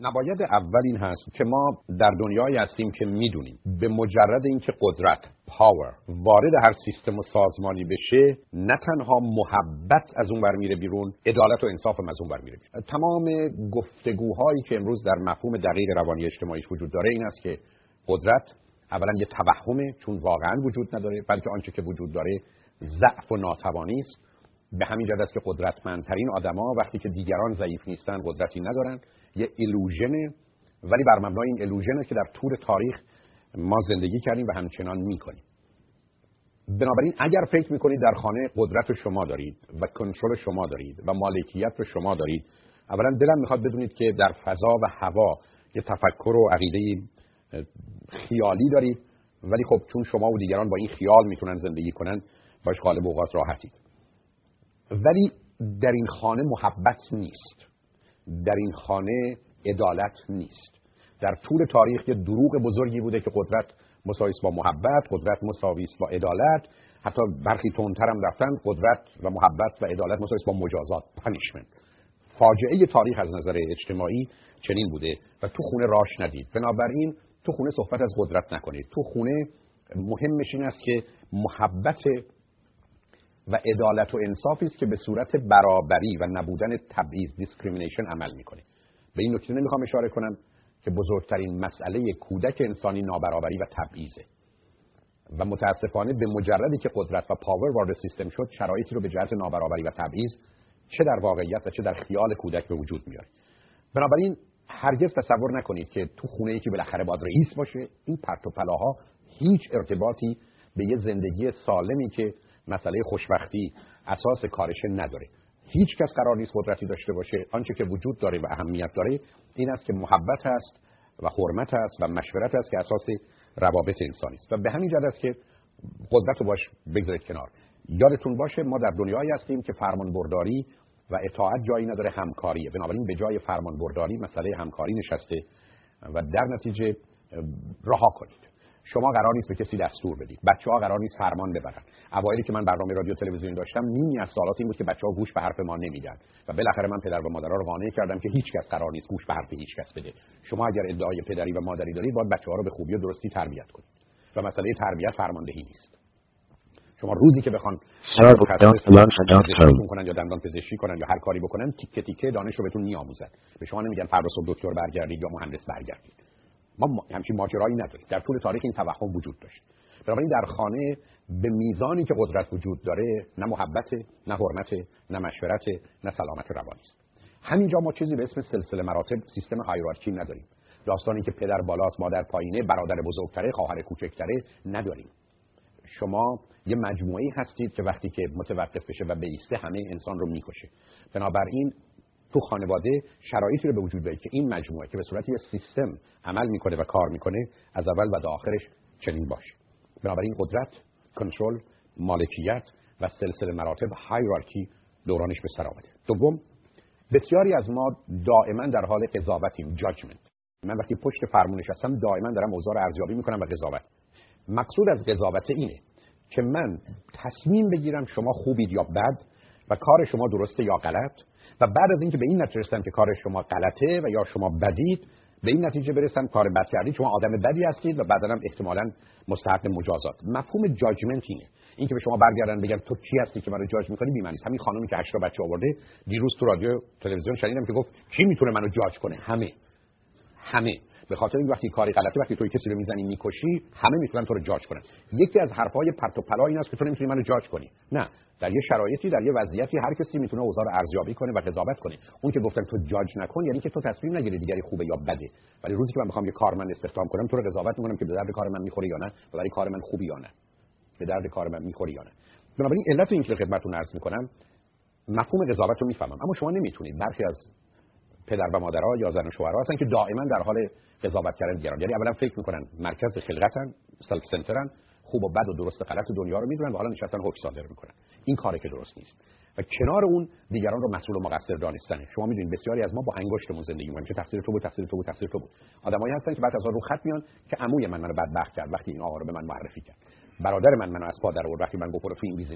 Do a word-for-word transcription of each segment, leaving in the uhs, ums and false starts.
نباید اول این هست که ما در دنیایی هستیم که میدونیم به مجرد اینکه قدرت، پاور وارد هر سیستم و سازمانی بشه، نه تنها محبت از اون ور میره بیرون، عدالت و انصاف هم از اون ور میره بیرون. تمام گفتگوهایی که امروز در مفهوم دقیق روانی اجتماعی وجود داره این است که قدرت اولا یه توهمه، چون واقعا وجود نداره، بلکه آنچه که وجود داره ضعف و ناتوانی است. به همین جهت است که قدرتمندترین آدما وقتی که دیگران ضعیف نیستن قدرتی ندارن. یه ایلوژنه، ولی بر مبنای این ایلوژنه که در طول تاریخ ما زندگی کردیم و همچنان میکنیم. بنابراین اگر فکر میکنید در خانه قدرت شما دارید و کنترل شما دارید و مالکیت رو شما دارید، اولا دلم میخواد بدونید که در فضا و هوا یه تفکر و عقیده خیالی دارید، ولی خب چون شما و دیگران با این خیال میتونن زندگی کنن، باش غالب اوقات راحتید. ولی در این خانه محبت نیست، در این خانه عدالت نیست. در طول تاریخ یه دروغ بزرگی بوده که قدرت مساوی است با محبت، قدرت مساوی است با عدالت. حتی برخی تندتر هم رفتن قدرت و محبت و عدالت مساوی است با مجازات، پانیشمنت. فاجعه تاریخ از نظر اجتماعی چنین بوده و تو خونه راش ندید. بنابراین تو خونه صحبت از قدرت نکنید. تو خونه مهمش این است که محبت و عدالت و انصافی است که به صورت برابری و نبودن تبعیض، دیسکریمینیشن عمل میکنه. به این نکته نمیخوام اشاره کنم که بزرگترین مسئله کودک انسانی نابرابری و تبعیضه و متاسفانه به مجردی که قدرت و پاور وارد سیستم شد، شرایطی رو به جهت نابرابری و تبعیض چه در واقعیت و چه در خیال کودک به وجود میاره. بنابراین هرگز تصور نکنید که تو خونه‌ای که بالاخره باید رئیس باشه، این پرت و پلاها هیچ ارتباطی به یه زندگی سالمی که مسئله خوشبختی اساس کارش نداره. هیچ کس قرار نیست قدرتی داشته باشه. آنچه که وجود داره و اهمیت داره این است که محبت هست و حرمت هست و مشورت هست که اساس روابط انسانی است. و به همین جهت است که قدرت رو باش بگذارید کنار. یادتون باشه ما در دنیایی هستیم که فرمانبرداری و اطاعت جایی نداره، همکاریه. بنابراین به جای فرمانبرداری مسئله همکاری نشسته و در نتیجه رها کنید. شما قرار نیست به کسی دستور بدید. بچه‌ها قرار نیست فرمان ببرن. اوایلی که من برنامه رادیو تلویزیون داشتم، نیمی از سوالات این بود که بچه‌ها گوش به حرف ما نمیدن و بالاخره من پدر و مادرها رو قانع کردم که هیچ کس قرار نیست گوش به حرف هیچ کس بده. شما اگر ادعای پدری و مادری دارید، باید بچه‌ها رو به خوبی و درستی تربیت کنید. و مسئله تربیت فرماندهی نیست. شما روزی که بخوان پزشکی کنن یا دندان پزشکی کنن یا هر کاری بکنن، تیکه تیکه دانش رو بهتون میآموزن. به شما نمیگن فردا صبح دکتر برگردید یا مهندس برگردید. ما همچین ماجرایی نداریم. در طول تاریخ این توهم وجود داشت. بنابراین در خانه به میزانی که قدرت وجود داره، نه محبت، نه حرمت، نه مشورت، نه سلامت روانی است. همینجا ما چیزی به اسم سلسله مراتب، سیستم هایرارکی نداریم. داستانی که پدر بالاست، مادر پایینه، برادر بزرگتره، خواهر کوچکتره نداریم. شما یه مجموعه‌ای هستید که وقتی که متوقف بشه و بیسته همه انسان رو میکشه. بنابراین تو خانواده شرایطی رو به وجود بیاره که این مجموعه که به صورت یه سیستم عمل میکنه و کار میکنه، از اول و تا آخرش چنین باشه. بنابراین قدرت، کنترل، مالکیت و سلسله مراتب، هایرارکی دورانش به سر آمده. دوم، بسیاری از ما دائما در حال قضاوتیم، جاجمنت. من وقتی پشت فرمونش هستم دائما دارم اوضاع رو ارزیابی میکنم و قضاوت. مقصود از قضاوت اینه که من تصمیم بگیرم شما خوبید یا بد و کار شما درسته یا غلط، و بعد از اینکه به این نتیجه رسیدم که کار شما غلطه و یا شما بدید، به این نتیجه برسم کار بد کردید، شما آدم بدی هستید و بعداً احتمالاً مستحق مجازات. مفهوم جاجمنت اینه. این که به شما برگردن بگن تو کی هستی که منو جاج می‌کنی، بی‌معنی است. همین خانومی که هشت تا بچه آورده، دیروز تو رادیو تلویزیون شنیدم که گفت کی میتونه منو جاج کنه؟ همه. همه. به خاطر این وقتی کاری غلطه، وقتی توی کسی رو میزنی میکشی، همه میتونن تو رو جاج کنن. یکی از حرفای پرت و پلا این است که تو نمیتونی منو جاج کنی. نه، در یه شرایطی، در یه وضعیتی هر کسی میتونه اوضاع رو ارزیابی کنه و قضاوت کنه. اون که گفتن تو جاج نکن یعنی که تو تصمیم نگیری دیگری خوبه یا بده. ولی روزی که من میخوام یه کارمند استخدام کنم، تو رو قضاوت میکنم که به درد کار من میخوره یا نه، و برای کار من خوبی یا نه. به درد کار من میخوره یا نه. بنابراین علت این که خدمتتون عرض میکنم، مفهوم قضاوت رو میفهمم، اما شما نمیتونید. برخی از پدر و مادرها یا زن و شوهرها هستن که دائما در حال قضاوت کردن دیگران. یعنی اولا فکر میکنن مرکز خلقتن، سلف سنترن، خوب و بد و درست و غلط دنیا رو میدونن و حالا نشستن حکم صادر میکنن. این کاری که درست نیست. و کنار اون دیگران رو مسئول و مقصر دانستنه. شما میدونید بسیاری از ما با انگشتمون زندگی میکنیم که تقصیر تو بود، تقصیر تو بود، تقصیر تو بود. آدمایی هستن که بعد از اون رو خط میان که عموی من منو بدبخت کرد وقتی این آقا رو به من معرفی کرد. برادر من منو از پا در آورد وقتی من گفتم تو این بیزینس.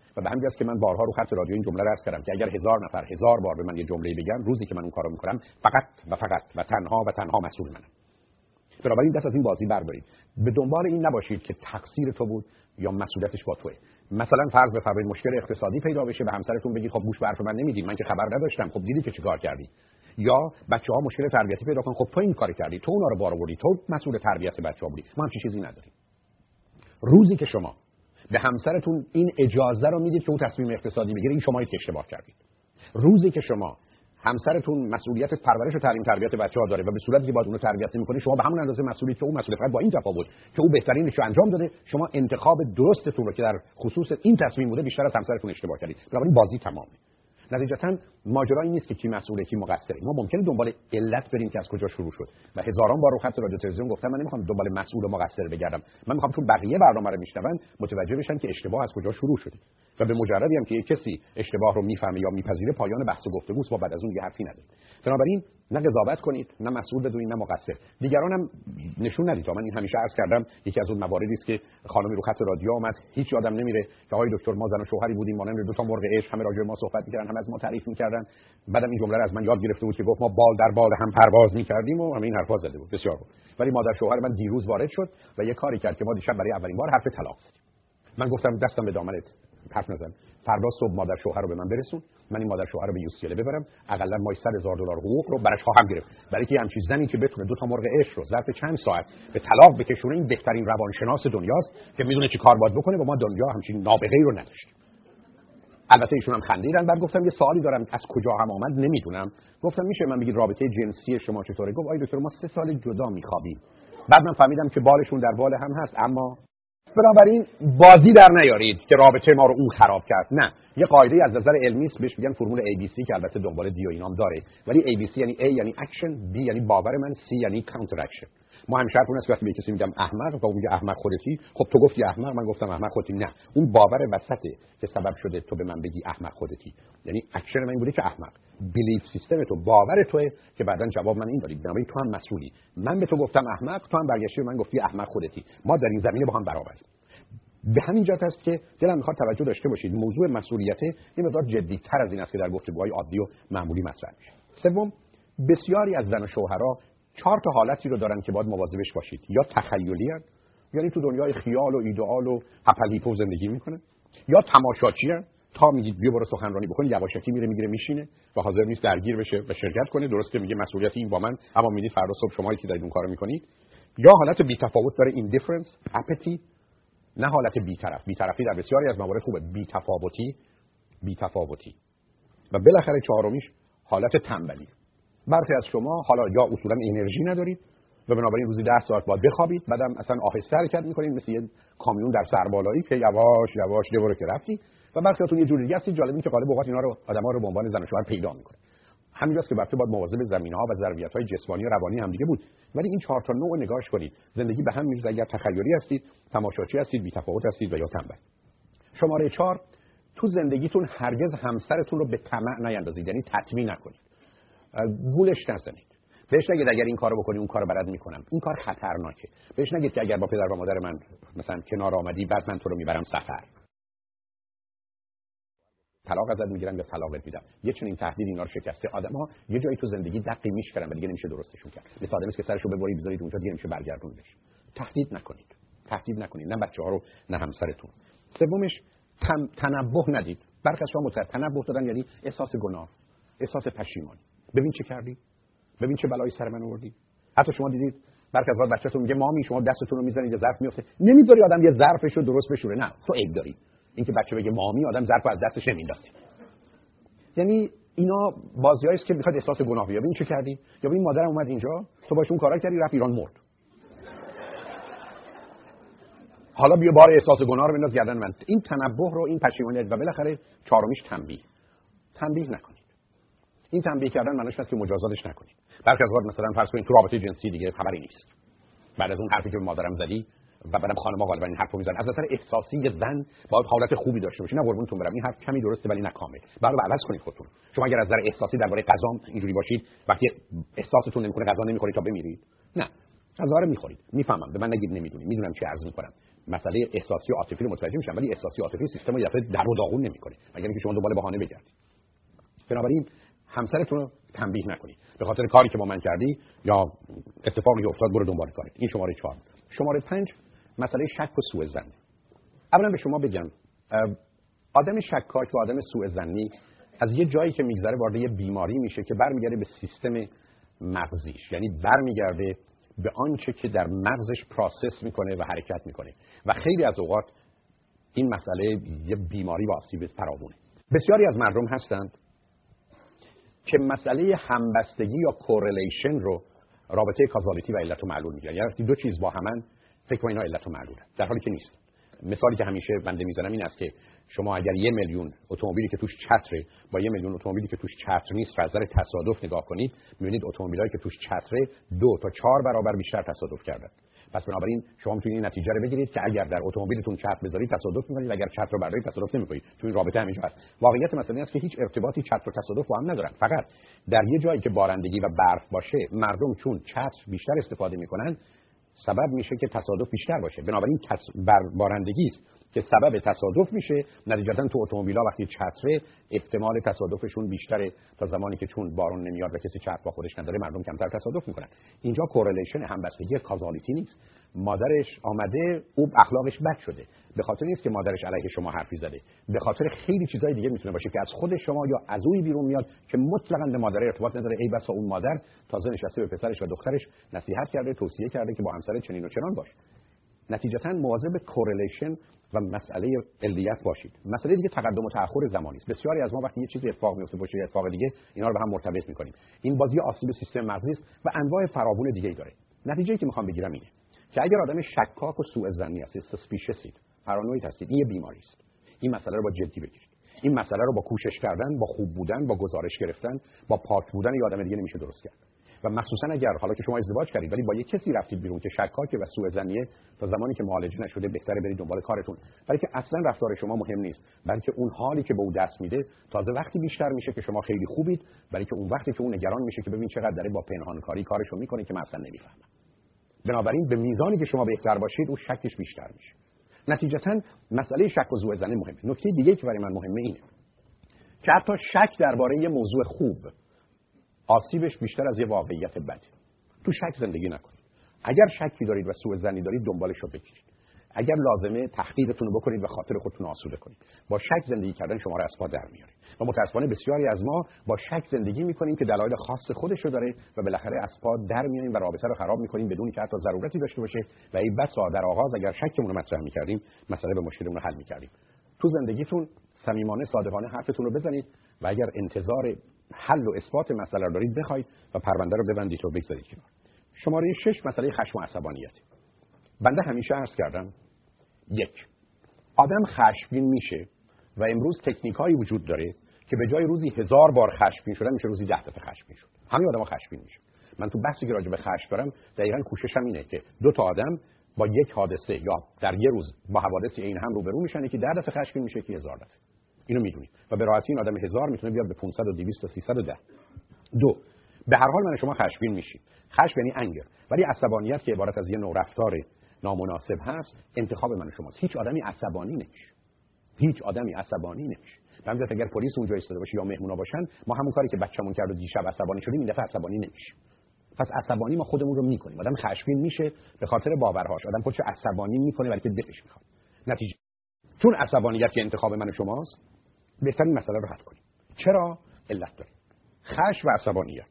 و به همین جاست که من بارها رو خط رادیو این جمله رو عرض کردم که اگر هزار نفر هزار بار به من یه جمله بگن، روزی که من اون کارو میکنم فقط و فقط و تنها و تنها مسئول منم. بنابراین دست از این بازی بردارید. به دنبال این نباشید که تقصیر تو بود یا مسئولیتش با توئه. مثلا فرض بفرمایید مشکل اقتصادی پیدا بشه، به همسرتون بگید خب گوش به حرف من نمیدید، من که خبر نداشتم، خب دیدی که چیکار کردی. یا بچه‌ها مشکل تربیتی پیدا کنن، خب تو این کاری کردی، تو اونا رو بار آوردی، تو مسئول تربیت بچه‌ها بودی. ما هم چیزی نداریم. روزی که شما به همسرتون این اجازه رو میدید که اون تصمیم اقتصادی بگیره، این شمایی که اشتباه کردید. روزی که شما همسرتون مسئولیت پرورش و تعلیم تربیت بچه‌ها داره و به صورتی که باید اون رو تربیت می‌کنه، شما به همون اندازه مسئولیت که اون مسئول، فقط با این تفاوت که او بهترینش رو انجام داده، شما انتخاب درستتون رو که در خصوص این تصمیم بوده بیشتر از همسرتون اشتباه کردید. بنابراین بازی تمامه. نتیجتاً ماجرا این نیست که کی مسئوله کی مقصره. ما ممکنه دنبال علت بریم که از کجا شروع شد و هزاران بار رو خط رادیو تلویزیون گفتم من نمیخوام دنبال مسئول و مقصر بگردم. من میخوام چون بقیه برنامه رو میشنون متوجه بشن که اشتباه از کجا شروع شده و به مجردی هم که یک کسی اشتباه رو میفهمه یا میپذیره پایان بحث و گفتگوست، ما بعد از اون یه حرفی نداریم. بنابراین نه قضاوت کنید، نه مسئول بدونید، نه مقصر. دیگران هم نشون ندید. من این همیشه عرض کردم یکی از اون مواردی است که خانمی رو خط رادیو اومد، هیچ یادم نمیره که آقای دکتر ما زن و شوهری بودیم، مانند دو تا مرغ عشق، همه راجع به ما صحبت می‌کردن، همه از ما تعریف می‌کردن. بعدم این جمله رو از من یاد گرفته بود که گفت ما بال در بال هم پرواز می‌کردیم و همین این حرفا زده بود. بسیار بود. ولی مادر شوهر من دیروز وارد شد و یه کاری کرد که ما دیشب برای اولین بار حرف طلاق زدیم. من گفتم دستم به دامنت، حرف نزن. فردا صبح مادر شوهر رو به من برسون، من این مادر شوهر رو به یو سی ال ببرم، حداقل ماهی صد هزار دلار حقوق رو برش خواهم گرفت. برای که همچین زنی که بتونه دو تا مرغ عشق رو ظرف چند ساعت به طلاق بکشونه، این بهترین روانشناس دنیاست که میدونه چی کار باید بکنه و ما دنیا همچین نابغه‌ای رو نداشتیم. البته ایشون هم خندیدن. بعد گفتم یه سوالی دارم از کجا هم آمد نمیدونم. گفتم میشه من بگید رابطه جنسی شما چطوره؟ گفت آی دکتر ما سه سال جدا میخوابیم. بعد من فهمیدم که بالشون در بال هم هست. اما بنابراین بازی در نیارید که رابطه ما رو اون خراب کرد. نه، یه قاعده از نظر علمی است بهش میگن فرمول ای بی سی که البته دنبال دی و اینام داره، ولی ای بی سی یعنی A یعنی اکشن، B یعنی باور من، C یعنی کانتر اکشن. ما همیشه اون است وقتی به کسی میگم احمق و اون میگه احمق خودتی، خب تو گفتی احمق، من گفتم احمق خودتی. نه، اون باور وسطه که سبب شده تو به من بگی احمق خودتی. یعنی اکشن من این بوده که احمق. بیلیف سیستم تو، باور توئه که بعداً جواب من این دادی. بنابراین تو هم مسئولی. من به تو گفتم احمق، تو هم برگشتی به من گفتی احمق خودتی. ما در این زمینه با هم برابریم. به همین جهت است که دلم میخواد توجه داشته باشید موضوع مسئولیت یه مقدار جدی‌تر از این است که در گفتگوهای عادی و معمولی مطرح میشه. سوم، بسیاری از زن و شوهرها چهار تا حالتی رو دارن که باید مواظبش باشید. یا تخیلی هستند، یعنی تو دنیای خیال و ایدئال و هپل هیپو زندگی میکنن، یا تماشاچی هستند، تا میگید بیا برو سخنرانی بکن یواشکی میره میگیره میشینه و حاضر نیست درگیر بشه و شرکت کنه. درسته میگه مسئولیت این با من، اما میدید فردا صبح شمایی که دارید اون کارو میکنید. یا حالت بی‌تفاوت داره، indifference، apathy، نه حالت بی‌طرف. بی‌طرفی در بسیاری از موارد خوبه، بی‌تفاوتی، بی‌تفاوتی. و بالاخره چهارمیش حالت تنبلی. برخی از شما حالا یا اصولا انرژی ندارید و بنابراین روزی ده ساعت باید بخوابید، بعدم اصلا آهسته حرکت می‌کنید مثل یه کامیون در سربالایی که یواش یواش دوباره که رفتی. و برخیاتون یه جوری دیگه هستید. جالب اینه که غالب اوقات اینا رو آدم‌ها رو به عنوان زن و شوهر پیدا می‌کنه. همینجاست که البته باید مواظب زمینه‌ها و ظرفیت‌های جسمانی و روانی هم دیگه بود. ولی این چهار تا نوع نگاهش کنید. زندگی به هم می‌ریزه اگر تخیلی هستید، تماشاچی هستید، بی‌تفاوت هستید و یا تنبل. شماره چهار، تو زندگیتون هرگز همسرتون رو به طمع نیندازید، یعنی تطمیع نکنید. گولش نزنید. بهش نگید اگر این کارو بکنی اون کارو برات میکنم. این کار خطرناکه. بهش نگید که اگر با پدر و مادر من مثلا کنار آمدی بعد من تو رو میبرم سفر. طلاق ازت میگیرم یا طلاقت میدم. یه چنین تهدید اینا رو شکسته. آدم‌ها یه جایی تو زندگی دقیق میشکنن و دیگه نمیشه درستشون کرد. مثل آدمی که سرشو ببرید بذارید اونجا دیگه نمیشه برگردوندش. تهدید نکنید. تهدید نکنید، نه بچه‌ها رو نه همسرتون. سومش تنبه ندید. برخی از شما متأ تنبه دادن یعنی احساس گناه، احساس پشیمانی. ببین چه کردی؟ ببین چه بلایی سر من آوردی. حتی شما دیدید برخی از وقت بچه‌تون میگه مامی شما دستتون رو میزنید یه ظرف میفته، نمیذاری آدم یه ظرفشو درست بشوره. نه، تو عیب داری. اینکه بچه بگه مامی آدم ظرفو از دستش نمیندازه. یعنی اینا بازیایی است که میخواد احساس گناه بیاره. ببین چه کردی؟ یا ببین مادرم اومد اینجا، تو باش اون کارا کردی رفت ایران مرد. حالا بیا بار احساس گناه رو بنداز گردن من. این تنبه رو، این پشیمانی و بالاخره چهارمیش تنبیه. تنبیه نکنید. این تنبیه کردن معنیش نیست که مجازاتش نکنید. برخی از وقت مثلا فرض کنید تو رابطه جنسی دیگه خبری نیست. بعد از اون حرفی که به مادرم زدی و بعدم خانم‌ها غالبا این حرفو میزنن. از نظر احساسی زن باید حالت خوبی داشته باشه. نه قربونتون برم این حرف کمی درسته ولی نه کامل. بعد عوض کنید خودتون. شما اگر از نظر احساسی درباره غذا اینجوری باشید، وقتی احساستون نمیکنه غذا نمیخورید تا بمیرید. نه. غذا رو میخورید. میفهمم. به من نگید نمیدونی. میدونم چی عرض میکنم. مسئله احساسی و عاطفی رو متوجه میشن، ولی احساسی و عاطفی سیستم رو یه در و داغون نمیکنه مگر اینکه شما دنبال بهانه بگردید. بنابراین همسرتون رو تنبیه نکنید به خاطر کاری که با من کردی یا اتفاقی که افتاد برو دنبال کارت. این شماره چهار. شماره پنج مسئله شک و سوء ظن. اولا به شما بگم آدم شکاک و آدم سوء ظنی از یه جایی که میگذره وارد یه بیماری میشه که برمیگرده به سیستم مغزیش، یعنی برمیگرده به آنچه که در مغزش پروسس میکنه و حرکت میکنه و خیلی از اوقات این مسئله یه بیماری و آسیب فراوونه. بسیاری از مردم هستند که مسئله همبستگی یا کورلیشن رو رابطه کازالیتی و علت و معلول میگن، یعنی وقتی دو چیز با همن فکر کنید اینا علت و معلوله، در حالی که نیست. مثالی که همیشه بنده میزنم این است که شما اگر یک میلیون اتومبیلی که توش چتره با یک میلیون اتومبیلی که توش چتر نیست از نظر تصادف نگاه کنید، می‌بینید اتومبیلایی که توش چتره دو تا چهار برابر بیشتر تصادف کردن. پس بنابراین شما میتونید این نتیجه رو بگیرید که اگر در اتومبیلتون چتر بذارید تصادف می‌کنید، اگر چتر رو بردارید تصادف نمی‌کنید، چون این رابطه همینجا هست. واقعیت مسئله این است که هیچ ارتباطی چتر و تصادف با هم ندارن، فقط در یه جایی که بارندگی و برف باشه مردم چون چتر بیشتر استفاده می‌کنن سبب میشه که تصادف بیشتر باشه. بنابراین تص... بر بارندگی است که سبب تصادف میشه، نتیجتا تو اتومبیل‌ها وقتی چتره احتمال تصادفشون بیشتره تا زمانی که چون بارون نمیاد و کسی چتر با خودش نداره مردم کمتر تصادف میکنن. اینجا کورلیشن همبستگی کازالیتی نیست. مادرش آمده او اخلاقش بد شده به خاطر نیست که مادرش علیه شما حرفی زده، به خاطر خیلی چیزای دیگه میتونه باشه که از خود شما یا از اوی بیرون میاد که مطلقاً به مادر ارتباط نداره. ای بسا اون مادر تازه نشسته به پسرش و دخترش نصیحت کرده، توصیه کرده که با همسر چنین و چنان باش. نتیجتا مواظب کورلیشن و مسئله علیت باشید. مسئله دیگه تقدم و تأخر زمانی است. بسیاری از ما وقتی یه چیزی اتفاق میفته باشه یا اتفاق دیگه اینا رو به هم مرتبط می‌کنیم. این بازی آسیب سیستم مغزی است و انواع فراوون دیگه‌ای داره. نتیجه‌ای که می‌خوام بگیرم اینه که اگر آدم شکاک و سوء ظنی هستید، سسپیشسید، پارانوید هستید، این یه بیماری است. این مسئله رو با جدی بگیرید. این مسئله رو با کوشش کردن، با خوب بودن، با گزارش گرفتن، با پاک بودن یه آدم دیگه نمیشه درست کرد. و مخصوصا اگر حالا که شما ازدواج کردید ولی با یک کسی رفتید بیرون که شکاکه و سوء ظنیه، تا زمانی که معالجه نشده بهتره برید دنبال کارتون، برای که اصلا رفتار شما مهم نیست، بلکه اون حالی که به او دست میده تازه وقتی بیشتر میشه که شما خیلی خوبید، برای که اون وقتی که اون نگران میشه که ببین چقدر داره با پنهانکاری کارشو میکنه که من اصلا نمیفهمم. بنابراین به میزانی که شما بهتر باشید اون شکش بیشتر میشه. نتیجتا مسئله شک و سوء ظنی مهمه. نکته دیگه که برای من مهمه اینه که حتی شک درباره یه موضوع خوب آسیبش بیشتر از یه واقعیت بده. تو شک زندگی نکنید. اگر شکی دارید و سوء ظنی دارید دنبالش رو بگیرید. اگر لازمه تحقیقتون رو بکنید و خاطر خودتون آسوده کنید. با شک زندگی کردن شما رو از پا در میاره. و متأسفانه بسیاری از ما با شک زندگی میکنیم که دلایل خاص خودش رو داره و بالاخره از پا در میاریم و رابطه رو خراب میکنیم بدون که حتی ضرورتی داشته باشه و این بسا در آغاز اگر شکمون رو مطرح میکردیم مسئله به مشکلمون رو حل میکردیم. تو زندگیتون صمیمانه صادقانه حرفتون رو بزنید و اگر انتظار حل و اثبات مسئله رو دارید بخواید و پرونده رو ببندید و بگذارید کنار. شماره شش مسئله خشم و عصبانیت. بنده همیشه عرض کردم یک، آدم خشمگین میشه و امروز تکنیکایی وجود داره که به جای روزی هزار بار خشمگین شدن میشه روزی ده دفعه خشمگین شد. همین آدم‌ها خشمگین میشه. من تو بحثی که راجع به خشم دارم دقیقاً کوششم اینه که دو تا آدم با یک حادثه یا در یه روز با حوادث این هم روبرو میشن که ده دفعه خشمگین میشه که هزار دفعه. اینو میدونید و به راحتی این آدم هزار میتونه بیاد به پانصد و دویست و سیصد و ده. دو، به هر حال من شما خشمگین میشید. خشم یعنی انگر، ولی عصبانیت که عبارت از یه نوع رفتار نامناسب هست انتخاب من شماست. هیچ آدمی عصبانی نمیشه. هیچ آدمی عصبانی نمیشه. همین اگر پلیس اونجا ایستاده باشه یا مهمونا باشن ما همون کاری که بچه‌مون کرد و دیشب عصبانی شدیم این دفعه عصبانی نمیشه. پس عصبانی ما خودمون رو میکنیم. آدم خشمگین میشه به خاطر باورهاش. آدم خودش عصبانی میکنه ولی که دلش میخواد. نتیجه چون عصبانیت که انتخاب من شماست بهترین مسئله رو حل کنیم. چرا؟ علت داره. خشم و عصبانیت.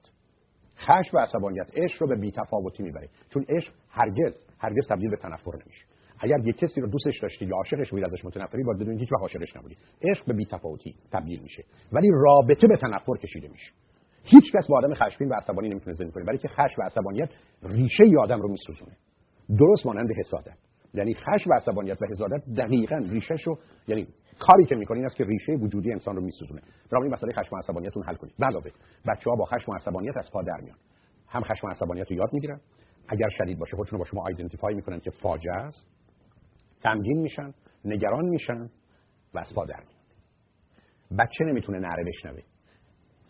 خشم و عصبانیت عشق رو به بی‌تفاوتی میبره. چون عشق هرگز هرگز تبدیل به تنفر نمیشه. اگر یک کسی رو دوستش داشتی یا عاشقش بودی ازش متنفری باید بدونید هیچ وقت عاشقش نبودی. عشق به بی‌تفاوتی تبدیل میشه ولی رابطه به تنفر کشیده میشه. هیچ کس با آدم خشمگین و عصبانی نمیتونه زندگی کنه برای که خشم و عصبانیت ریشه ی آدم رو میسوزونه. درست مانند حسادت. یعنی خشم و عصبانیت و حسادت دقیقاً ریشه‌شو یعنی کاری که میکنین است که ریشه وجودی انسان رو میسوزونه. برای مسئله خشم و عصبانیتون حل کنید. علاوه بچه‌ها با خشم و عصبانیت از پا در میان. هم خشم و عصبانیت رو یاد میگیرن. اگر شدید باشه خودشون رو با شما آیدنتیفای میکنن که فاجعه است. غمگین میشن، نگران میشن و از پا در میان. بچه نمیتونه نعره بشنوه.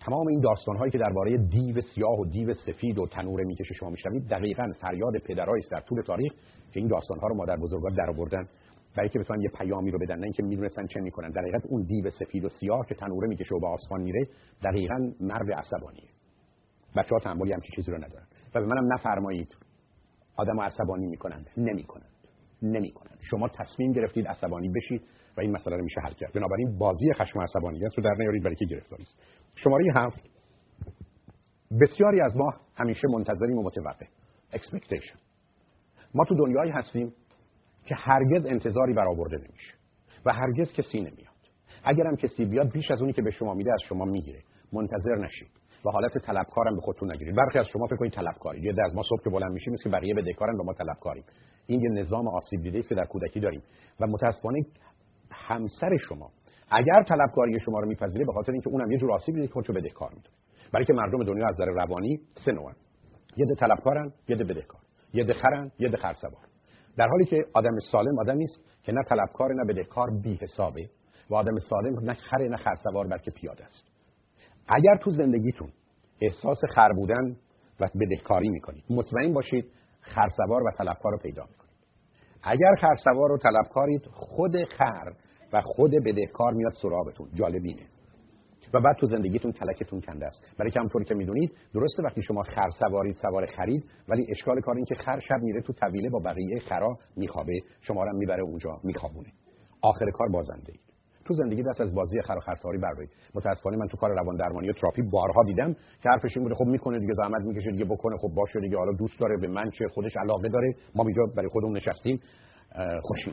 تمام این داستان‌هایی که درباره دیو سیاه و دیو سفید و تنور میکشه شما میشنوید دقیقاً فریاد پدرایی است در طول تاریخ که این داستان‌ها رو مادر بزرگان درآوردن برای که بتونن یه پیامی رو بدن، نه اینکه میدونستن چه میکنن. در حقیقت اون دیو سفید و سیاه که تنوره میکشه و به آسمان میره دقیقاً مرد عصبانیه. بچه‌ها تحملی همچین چیزی رو ندارن و به منم نفرمایید آدمو عصبانی میکنن، نمیکنن نمیکنن. شما تصمیم گرفتید عصبانی بشید و این مسئله رو میشه حل کرد. بنابراین بازی خشم و عصبانیت رو در نیارید برای که گرفتاری است. شماره هفت، بسیاری از ما همیشه منتظریم و متوقع expectation. ما تو دنیایی هستیم که هرگز انتظاری برآورده نمیشه و هرگز کسی نمیاد. اگرم کسی بیاد بیش از اونی که به شما میده از شما میگیره. منتظر نشید و حالت طلبکارم به خودتون نگیرید. برخی از شما فکر کنید طلبکاری، یه از ما صبح که بلند میشیم مثل که بقیه بدهکارن و ما طلبکاریم. این یه نظام آسیب دیده است که در کودکی داریم و متاسفانه همسر شما اگر طلبکاری شما رو میپذیره به خاطر اینکه اونم یه جور آسیب دیده که خودشو بدهکار میدونه. برای که مردم دنیا از نظر روانی سه نوعن، یه ده طلبکارن، یه ده بدهکار، یه ده خرن، یه ده خرسوار. در حالی که آدم سالم آدمی است که نه طلبکار نه بدهکار بی حسابه و آدم سالم نه خر نه خرسوار بلکه پیاده است. اگر تو زندگیتون احساس خر بودن و بدهکاری میکنید، مطمئن باشید خرسوار و طلبکار رو پیدا میکنید. اگر خرسوار و طلبکارید، خود خر و خود بدهکار میاد سراغتون. جالبینه. و بعد تو زندگیتون تلکتون کنده است. برای که همونطوری که میدونید درسته وقتی شما خر سوارید، سوار خرید، ولی اشکال کار این که خر شب میره تو طویله با بقیه خرا میخوابه، شما رو میبره اونجا میخوابونه. آخر کار بازنده اید. تو زندگی دست از بازی خر و خرسواری بردارید. متاسفانه من تو کار روان درمانی و تراپی بارها دیدم که حرفش این بوده خب میکنه دیگه، زحمت میکشه دیگه، بکنه خب باشه دیگه، حالا دوست داره، به من چه، خودش علاقه داره، ما اینجا برای خودمون نشستیم خوشیم.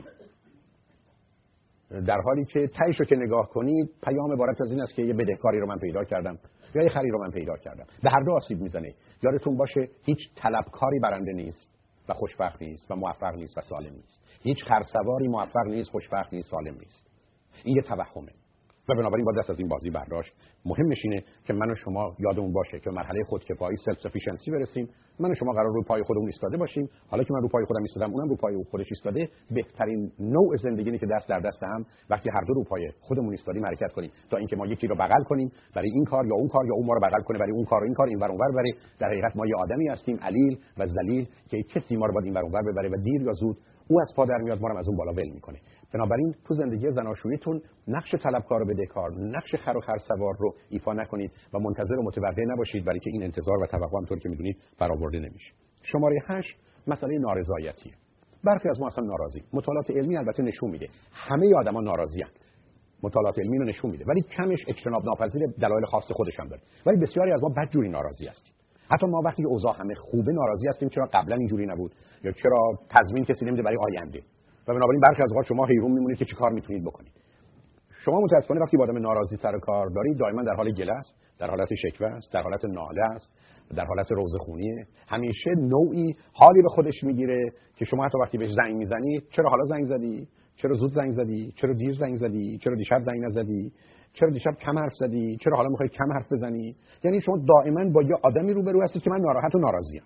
در حالی که تهیشو که نگاه کنید پیام عبارت از این است که یه بدهکاری رو من پیدا کردم یا یه خری رو من پیدا کردم. به هر دو آسیب میزنه. یادتون باشه هیچ طلبکاری برنده نیست و خوشبخت نیست و موفق نیست و سالم نیست. هیچ خرسواری موفق نیست، خوشبخت نیست، سالم نیست. این یه توهمه و بنابراین با دست از این بازی برداشت. مهمش اینه که من و شما یادمون باشه که مرحله خودکفایی سلف سفیشنسی برسیم. من و شما قرار رو پای خودمون ایستاده باشیم. حالا که من رو پای خودم ایستادم، اونم رو پای خودش ایستاده، بهترین نوع زندگی اینه که دست در دست هم وقتی هر دو رو پای خودمون ایستادیم حرکت کنیم، تا اینکه ما یکی رو بغل کنیم برای این کار یا اون کار، یا اون ما رو بغل کنه برای اون کار و این کار، این ور اون ور بره. در حقیقت ما یه آدمی هستیم علیل و ذلیل که کسی ما رو باید این ور اون ور ببره و دیر یا زود او از پا در میاد، ما رو از اون بالا ول میکنه. بنابراین تو زندگی زناشوییتون نقش طلبکار و بدهکار، نقش خر و خرسوار رو ایفا نکنید و منتظر و متوقع نباشید، برای که این انتظار و توقع همونطور که میدونید برآورده نمیشه. شماره هشت، مسئله نارضایتیه. برخی از ما اصلا ناراضی. مطالعات علمی البته نشون میده همه آدما ناراضیان. مطالعات علمی رو نشون میده، ولی کمش اجتناب ناپذیر، دلایل خاص خودش هم داره. ولی بسیاری از ما بدجوری ناراضی هستیم. حتی ما وقتی که اوضاع همه خوبه ناراضی هستیم چرا قبلا اینجوری نبود، یا چرا تضمین کسی نمیده برای آینده. و بنابراین برخی از اوقات شما حیرون میمونید که چه کار میتونید بکنید. شما متأسفانه وقتی با آدم ناراضی سر کار دارید دائما در حال گله است، در حالت شکوه است، در حالت ناله است، در حالت روزخونیه. همیشه نوعی حالی به خودش میگیره که شما حتی وقتی بهش زنگ میزنید، چرا حالا زنگ زدی؟ چرا زود زنگ زدی؟ چرا دیر زنگ زدی؟ چرا دیشب زنگ نزدی؟ چرا دیشب کم حرف زدی؟ چرا حالا میخوای کم حرف بزنی؟ یعنی شما دائما با یه آدمی روبرو هستید که من ناراحت و ناراضی‌ام.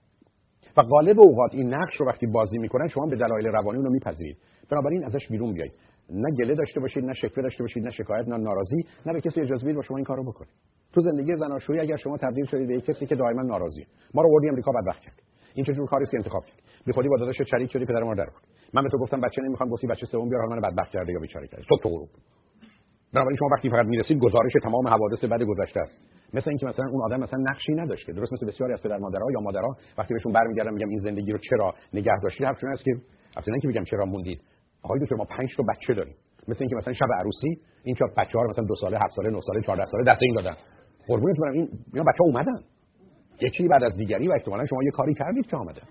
و غالب اوقات این نقش رو وقتی بازی میکنن شما به دلایل روانی اون رو میپذیرید. بنابراین ازش بیرون بیایید. نه گله داشته باشید، نه شکوه داشته باشید، نه شکایت، نه ناراضی، نه به کسی اجازه بدید با شما این کارو بکنه. تو زندگی زناشویی اگر شما تبدیل شدید به کسی که دائما ناراضیه، ما رو وردی امریکا بدبخت کرد. این چه جور کاری است که انتخاب کرد؟ بی خودی با داداشت شریک شدی، پدر ما رو در آورد. من به تو گفتم بچه نمیخوام، گفتی بچه سوم بیار، حالا من بدبخت کرده یا بیچاره کرده. تو تو غروب. بنابراین شما وقتی فقط میرسید گزارش تمام حوادث بد گذشته است. مثل اینکه مثلا اون آدم مثلا نقشی نداشته. درست مثل بسیاری از پدر مادرها یا مادرها وقتی بهشون برمیگردم میگم این زندگی رو چرا نگه داشتید، حرفشون است که اصلا اینکه میگم چرا موندید. آقای دکتر ما پنج تا بچه داریم. مثل اینکه مثلا شب عروسی این چهار بچه‌ها رو مثلا دو ساله، هفت ساله، نه ساله، چهارده ساله دست این دادن. قربونت برم این اینا بچه‌ها اومدن. یکی بعد از دیگری و احتمالاً شما یه کاری کردید که اومدن.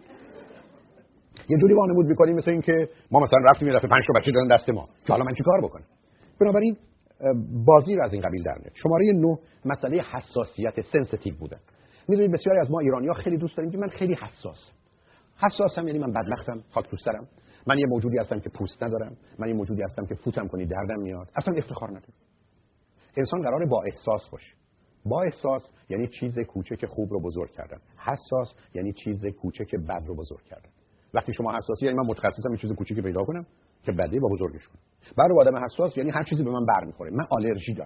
یه جوری وانمود می‌کنیم مثل اینکه ما مثلا رفتیم یه دفعه پنج تا بچه دادن دست ما. که حالا من چیکار بکنم؟ بنابراین بازی رو از این قبیل در میاد. شماره نه، مسئله حساسیت، سنسیتیو بودن. میدونید بسیاری از ما ایرانی‌ها خیلی دوست داریم که من خیلی حساس. حساسم یعنی من بدبختم، خاک تو سرم. من یه موجودی هستم که پوست ندارم. من یه موجودی هستم که فوتم کنی دردم میاد. اصلا افتخار ندارم. انسان قراره با احساس باشه. با احساس یعنی چیز کوچک خوب رو بزرگ کردن. حساس یعنی چیز کوچک بد رو بزرگ کردن. وقتی شما حساسی یعنی من متخصصم یه چیز کوچیکی پیدا کنم که بده با بزرگش کنم. برای آدم حساس یعنی هر چیزی به من برمیخوره. من آلرژی دارم.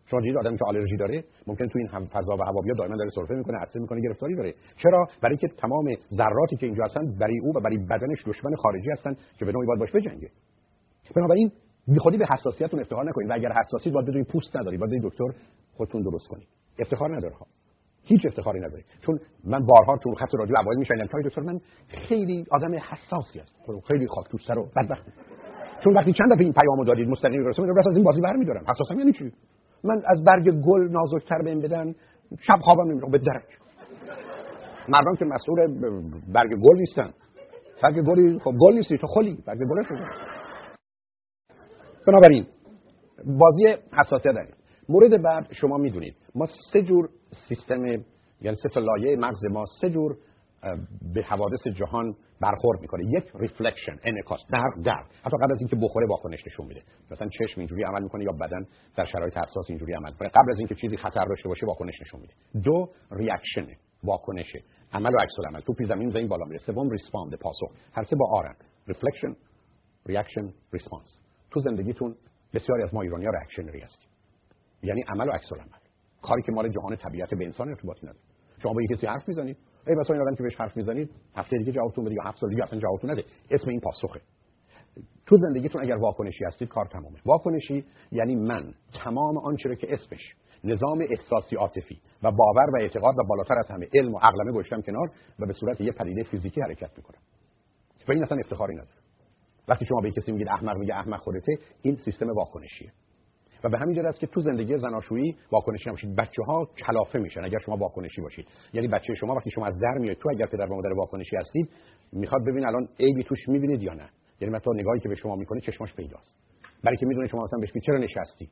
شما دیدید آدمی که آلرژی داره ممکن تو این هم فضا و هوا بیاد دائما داره سرفه میکنه، عطسه میکنه، گرفتاری داره. چرا؟ برای که تمام ذراتی که اینجا هستن برای او و برای بدنش دشمن خارجی هستن که به نوعی باید باش بجنگه. بنابراین بی خودی به حساسیتتون افتخار نکنید و اگر حساسیت باید بدونید پوست نداری، باید برید دکتر خودتون درست کنید. افتخار نداره ها. هیچ افتخاری نداره. چون من بارها تو خط رادیو اوایل میشنیدم که دکتر من خیلی آدم حساسی هستم، خیلی خاک تو سر و بدبخت. چون وقتی چند دفعه این پیامو دادید مستقیم برسه میگم راست از این بازی برمی‌دارم. حساسم یعنی چی؟ من از برگ گل نازک‌تر بهم بدن شب خوابم نمیاد به درک. مردم که مسئول برگ گل نیستن. برگ گلی خب گل نیستی تو خلی، برگ گل شده. بنابراین بازی حساسیت داریم. مورد بعد شما میدونید ما سه جور سیستم، یعنی سه تا لایه مغز ما سه جور به حوادث جهان برخورد میکنه. یک ریفلکشن، انعکاس، در در حتی قبل از اینکه بخوره واکنش نشون میده. مثلا چشم اینجوری عمل میکنه یا بدن در شرایط حساس اینجوری عمل میکنه. قبل از اینکه چیزی خطر داشته باشه واکنش نشون میده. دو ریاکشن، واکنشه، عمل و عکس العمل. تو زمین زمین بالا میره. سوم ریسپاند، پاسخ. هر سه با آرن. ریفلکشن، ریاکشن، ریسپانس. تو زندگیتون بسیاری از ما ایرانی‌ها ریاکشنری هستیم. یعنی عمل و عکس العمل. کاری که مال جهان طبیعت به انسان ارتباطی نداره. شما با کسی حرف میزنید، ای بسا این آدم که بهش حرف میزنید هفته دیگه جوابتون بده یا هفت سال دیگه اصلا جوابتون نده. اسم این پاسخه. تو زندگیتون اگر واکنشی هستید کار تمومه. واکنشی یعنی من تمام آنچه که اسمش نظام احساسی عاطفی و باور و اعتقاد و بالاتر از همه علم و عقلمه گذاشتم کنار و به صورت یه پدیده فیزیکی حرکت میکنم. و این اصلا افتخاری نداره. وقتی شما به کسی میگید احمق، میگه احمق خودته، این سیستم واکنشیه. و به همین جهت است که تو زندگی زناشویی واکنشی نباشید. بچه‌ها کلافه میشن اگر شما واکنشی باشید. یعنی بچه شما وقتی شما از در میاد تو اگر پدر و مادر واکنشی هستید میخواد ببین الان عیبی توش میبینید یا نه. یعنی مثلا نگاهی که به شما میکنه چشماش پیداست. برای که میدونه شما مثلا بهش میگید چرا نشستی؟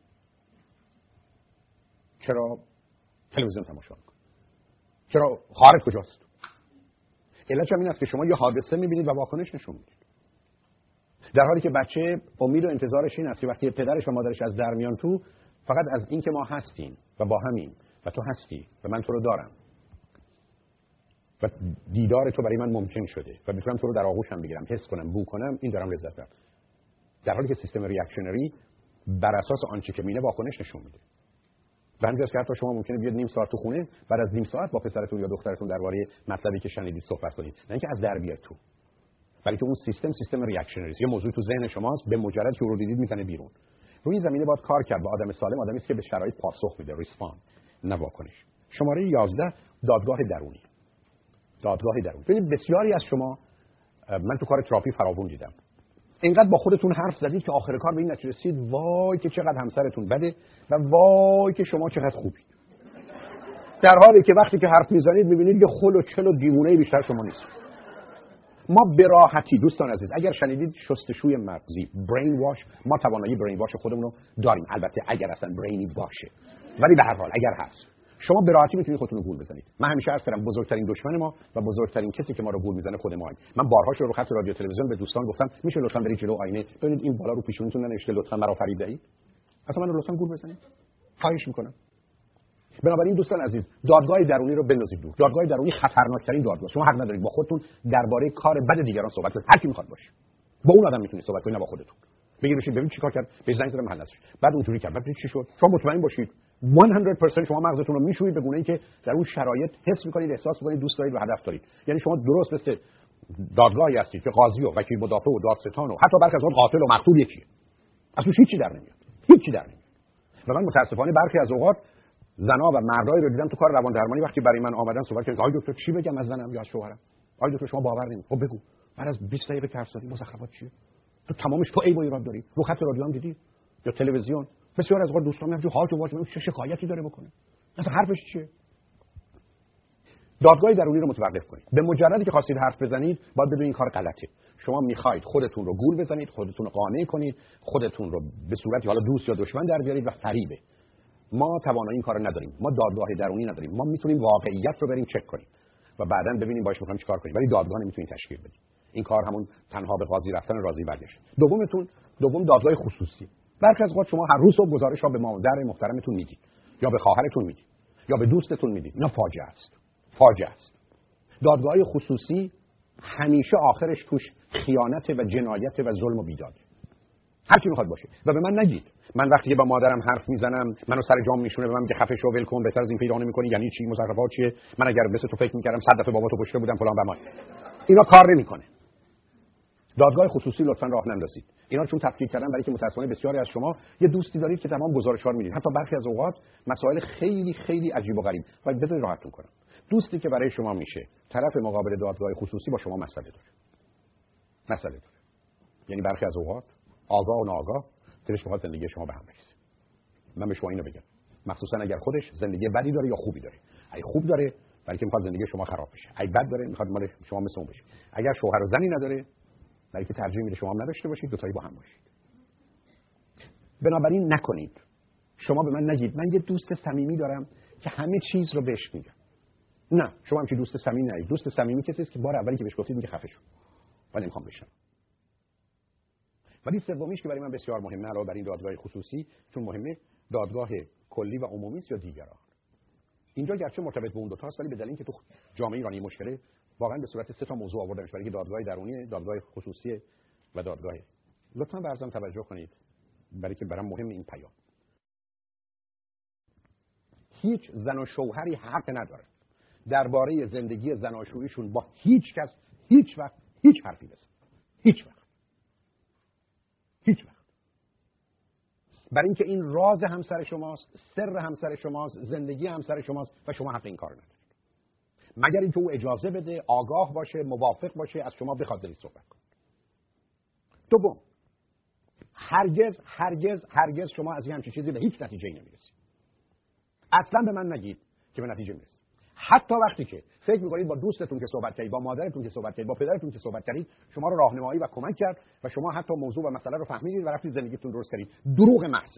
چرا تلویزیون تماشا میکنی؟ چرا خواهرت کجاست؟ علتش این است که شما یه حادثه میبینید و واکنش نشون میدید. در حالی که بچه امید و انتظارش این است که وقتی پدرش و مادرش از در میان تو فقط از این که ما هستیم و با همین و تو هستی و من تو رو دارم و دیدار تو برای من ممکن شده و میتونم تو رو در آغوشم بگیرم، حس کنم، بو کنم، این دارم لذت میبرم. در حالی که سیستم ریاکشنری بر اساس آنچه که مینه واکنش نشون میده. به همین جاست که حتی شما ممکنه بیاد نیم ساعت تو خونه، بعد از نیم ساعت با پسرتون یا دخترتون درباره مطلبی که شنیدید صحبت کنید، نه اینکه از در بیاد تو. ولی که اون سیستم سیستم ریاکشنری است. یه موضوع تو ذهن شماست، به مجرد که رو دیدید میزنه بیرون. روی زمینه باید کار کرد. با آدم سالم آدمی است که به شرایط پاسخ میده، ریسپاند، نه واکنش. شماره یازده دادگاه درونی. دادگاه درونی. ببینید بسیاری از شما، من تو کار تراپی فراوون دیدم، اینقدر با خودتون حرف زدید که آخر کار به این نتیجه رسید وای که چقدر همسرتون بده و وای که شما چقدر خوبید. در حالی که وقتی که حرف میزنید میبینید که خل و چل و دیوونه بیشتر شما نیست. ما به راحتی دوستان عزیز اگر شنیدید شستشوی مغزی، برین واش، ما توانایی برین واش خودمون رو داریم، البته اگر اصلا برینی باشه، ولی به هر حال اگر هست شما به راحتی میتونید خودتون رو گول بزنید. من همیشه عرض کردم بزرگترین دشمن ما و بزرگترین کسی که ما رو گول میزنه خود ماست. من بارها رو خط رادیو تلویزیون به دوستان گفتم میشه لطفا برید جلو آینه ببینید این بالا رو پیشونیتون ننوشته لطفا مرا فریب دهید، اصلا منو لطفا گول بزنید، خواهش میکنم. بنابراین دوستان عزیز دادگاه درونی رو بندازید دور. دادگاه درونی خطرناکترین دادگاه. شما حق ندارید با خودتون درباره کار بد دیگران صحبت کنید. هر کی میخواد باشه با اون آدم میتونید صحبت کنید، نه با خودتون. بگید بشید ببین چیکار کرد، به زنگ زدم حل نشد، بعد اونجوری کرد، بعد چی شد. شما مطمئن باشید صد درصد شما مغزتون رو میشویید به گونه‌ای که در اون شرایط حس میکنید، احساس میکنید دوست دارید و هدف دارید. یعنی شما درست مثل دادگاهی هستید که قاضی و وکیل مدافع و دادستان و حتی برخی از اون قاتل و مقتول یکیه. اصلا هیچی در نمیاد. هیچی در نمیاد. و من متاسفانه برخی از اوقات زنا و مردایی رو دیدم تو کار روان درمانی وقتی برای من آمدن صحبت کردن، آی دکتر چی بگم از زنم یا از شوهرم؟ آی دکتر شما باور نمی‌کنید. خب بگو. بعد از بیست دقیقه که حرف زدی مزخرفات چیه؟ تو تمامش تو عیب و ایراد داری. رو خط رادیو هم دیدی یا تلویزیون بسیار از اوقات دوستان میگن هاج و واج میگن چه شکایتی داره بکنه. مثلا حرفش چیه؟ دادگاه درونی رو متوقف کنید. به مجردی که خواستید حرف بزنید باید بدونید این کار غلطه. شما میخواید خودتون رو گول بزنید، خودتون رو قانع کنید، خودتون رو به صورتی حالا دوست یا دشمن در بیارید و فریبه. ما توانایی این کارو نداریم. ما دادگاه درونی نداریم. ما میتونیم واقعیت رو بریم چک کنیم و بعداً ببینیم باش میخوایم چیکار کنیم، ولی دادگاه نمیتونیم تشکیل بدیم. این کار همون تنها به قاضی رفتن راضی برگشت. دومتون دوم دادگاه خصوصی. برخی از اوقات شما هر روز صبح گزارش ها به مادر محترمتون میدید یا به خواهرتون میدید یا به دوستتون میدید. اینا فاجعه است. فاجعه است. دادگاه خصوصی همیشه آخرش توش خیانت و جنایت و ظلم و بیداد. هر کی میخواد باشه. و به من نگید من وقتی که با مادرم حرف میزنم منو سر جام میشونه به من میگه خفه شو ول کن بهتر از این پیدا نمیکنی یعنی چی مزخرفات چیه من اگر مثل تو فکر میکردم صد دفعه باباتو کشته بودم فلان بمان. اینا کار نمیکنه. دادگاه خصوصی لطفا راه نندازید. اینا چون تفکیک کردن برای که متأسفانه بسیاری از شما یه دوستی دارید که تمام گزارش‌ها رو میدید. حتی برخی از اوقات مسائل خیلی خیلی عجیب و غریب. ولی بذارید راحتتون کنم. دوستی که برای شما میشه طرف مقابل دادگاه خصوصی با شما مسئله داره. مسئله داره. یعنی برخی از اوقات آگاه و ناآگاه دلش می‌خواد زندگی شما به هم بریزه. من به شما اینو بگم. مخصوصا اگر خودش زندگی بدی داره یا خوبی داره. اگه خوب داره برای که می‌خواد زندگی شما خراب بشه. اگه بد داره می‌خواد مال شما مثل اون بشه. اگر شوهر و زنی نداره برای که ترجیح میده شما هم نداشته باشید دو تایی با هم باشید. بنابراین نکنید. شما به من نگید من یه دوست صمیمی دارم که همه چیز رو بهش میگم. نه، شما هم که دوست صمیمی ندارید. دوست صمیمی کسی است که بار اولی که بهش گفتید میگه خفه شو. من نمیخوام بشم. ولی سومیش که برای من بسیار مهمه علاوه بر این دادگاه خصوصی چون مهمه دادگاه کلی و عمومی است یا دیگران. اینجا گرچه مرتبط به اون دو تاست ولی به دلیل اینکه تو جامعه ایرانی مشکله واقعا به صورت سه تا موضوع آوردمش برای دادگاه درونی، دادگاه خصوصی و دادگاه. لطفاً به ارزم توجه کنید برای که برام مهم این پیام. هیچ زن و شوهری حق نداره درباره زندگی زناشوییشون با هیچ کس هیچ وقت هیچ حرفی بزنه. هیچ وقت. هیچ وقت. برای اینکه این راز همسر شماست، سر همسر شماست، زندگی همسر شماست و شما حق این کار ندارید. مگر اینکه او اجازه بده، آگاه باشه، موافق باشه، از شما بخواد دلی صحبت کنه. دوم، هرگز هرگز هرگز شما از این همچین چیزی به هیچ نتیجه‌ای نمیرسید. اصلا به من نگید که به نتیجه میرسید. حتی وقتی که فکر می‌کنید با دوستتون که صحبت کردید، با مادرتون که صحبت کردید، با پدرتون که صحبت کردید، شما رو راهنمایی و کمک کرد و شما حتی موضوع و مسئله رو فهمیدید و رفتید زندگیتون درست کردید. دروغ محض.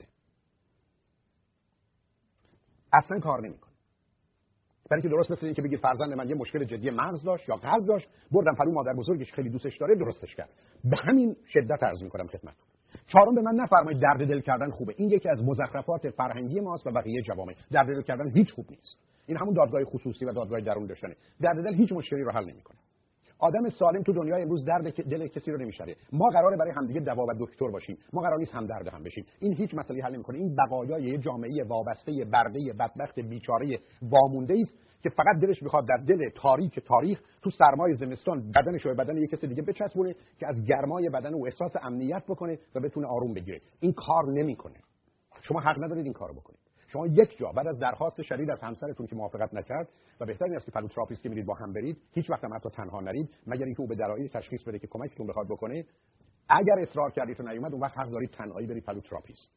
اصلا کار نمی‌کنه. برای که درست مثل این که بگید فرزند من یه مشکل جدی مغز داشت یا قلب داشت، بردم پلو مادر بزرگش خیلی دوستش داره درستش کرد. به همین شدت عرض می‌کنم خدمتتون. چهارم، به من نفرمایید درد دل کردن خوبه. این یکی از مزخرفات فرهنگی ماست و بقیه جوامع. درد دل کردن هیچ خوب نیست. این همون دادگاه خصوصی و دادگاه درون داشتنه. درد دل هیچ مشکلی رو حل نمی‌کنه. آدم سالم تو دنیای امروز درد دل کسی رو نمی‌شره. ما قراره برای همدیگه دوا و دکتر باشیم. ما قرار نیست هم درد هم بشیم. این هیچ مسئله حل نمی‌کنه. این بقایای یه جامعه وابسته برده بدبخت بیچاره وامونده است که فقط دلش می‌خواد در دل تاریک تاریخ تو سرمای زمستان بدنش رو به بدن یک کسی دیگه بچسبونه که از گرمای بدن او احساس امنیت بکنه و بتونه آروم بگیره. این کار نمی‌کنه. شما حق ندارید این کارو بکنید. شما یک جا بعد از درخواست شدید از همسرتون که موافقت نکرد و بهترین است که پلو تراپیست که میرید با هم برید، هیچ وقت هم حتی تنها نرید مگر اینکه او به دلایلی تشخیص بده که کمکتون بخواد بکنه. اگر اصرار کردید و نیومد اون وقت حق دارید تنهایی برید پلو تراپیست.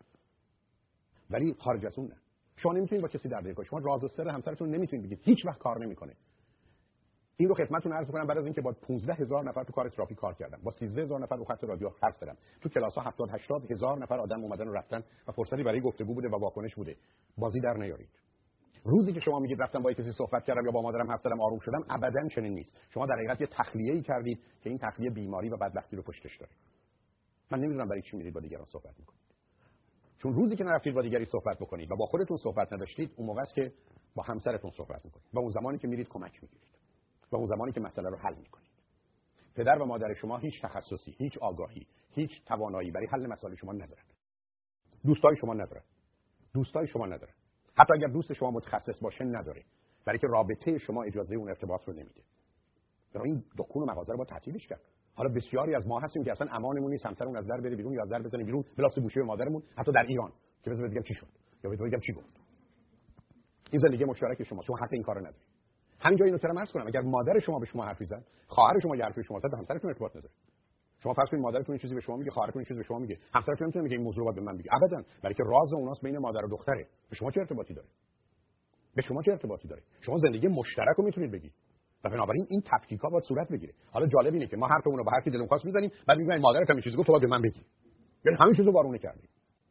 ولی خارج از اون نه. شما نمیتونید با کسی در دل کنید. شما راز و سر همسرتون نمیتونید بگید. هیچ وقت کار نمیکنه. این رو خدمتتون عرض می‌کنم بعد از اینکه با پانزده هزار نفر تو کار ترافیک کار کردم، با سیزده هزار نفر رو خط رادیو حرف زدم، تو کلاس‌ها هفتاد هشتاد هزار نفر آدم اومدن و رفتن و فرصتی برای گفتگو بوده و واکنش بوده. بازی در نیارید. روزی که شما میگید رفتم با کسی صحبت کردم یا با مادرم حرف زدم آروم شدم، ابداً چنین نیست. شما در حقیقت یه تخلیه‌ای کردید که این تخلیه بیماری و بدبختی رو پشتش داره. من نمی‌دونم برای چی میرید با دیگران صحبت می‌کنید. چون روزی که نرفتید با دیگری صحبت بکنید و با خودتون صحبت نداشتید، اون موقع است که با همسرتون صحبت می‌کنید. و اون زمانی که میرید کمک می‌گیرید. و اون زمانی که مسئله رو حل می‌کنید. پدر و مادر شما هیچ تخصصی، هیچ آگاهی، هیچ توانایی برای حل مسائل شما ندارن. دوستای شما ندارن. دوستای شما ندارن. حتی اگر دوست شما متخصص باشه نداره. برای که رابطه شما اجازه اون ارتباط رو نمیده. برای این دکون و مغازه رو با تعطیلش کرد. حالا بسیاری از ما هستیم که اصلا امانمون نیست همسرمون از در بره بیرون یا از در بزنه بیرون بلاس گوشه به مادرمون حتی در ایران که بذار بگم چی شد یا بذار بگم چی گفت. این زندگی مشترک شما، شما حق این کارو ندارید. همینجا اینو ترم عرض کنم اگر مادر شما به شما حرفی زد، خواهر شما یه حرفی شما زد، همسرتون ارتباط نداره. شما فرض کنید مادرتون این چیزی به شما میگه، خواهرتون این چیزی به شما میگه، همسرتون نمیتونه میگه این موضوع رو به من بگه. ابداً، برای که راز اوناست بین مادر و دختره. به شما چه ارتباطی داره؟ به شما چه ارتباطی داره؟ شما زندگی مشترک رو میتونید بگید. و بنابراین این تفکیک‌ها باید صورت بگیره. حالا جالب اینه که ما حرفمون رو با حرفی دلمون خواست میزنیم، بعد میگیم این مادرت همین چیزی گفت تو باید به من بگی. یعنی همین چیزو وارونه کردیم.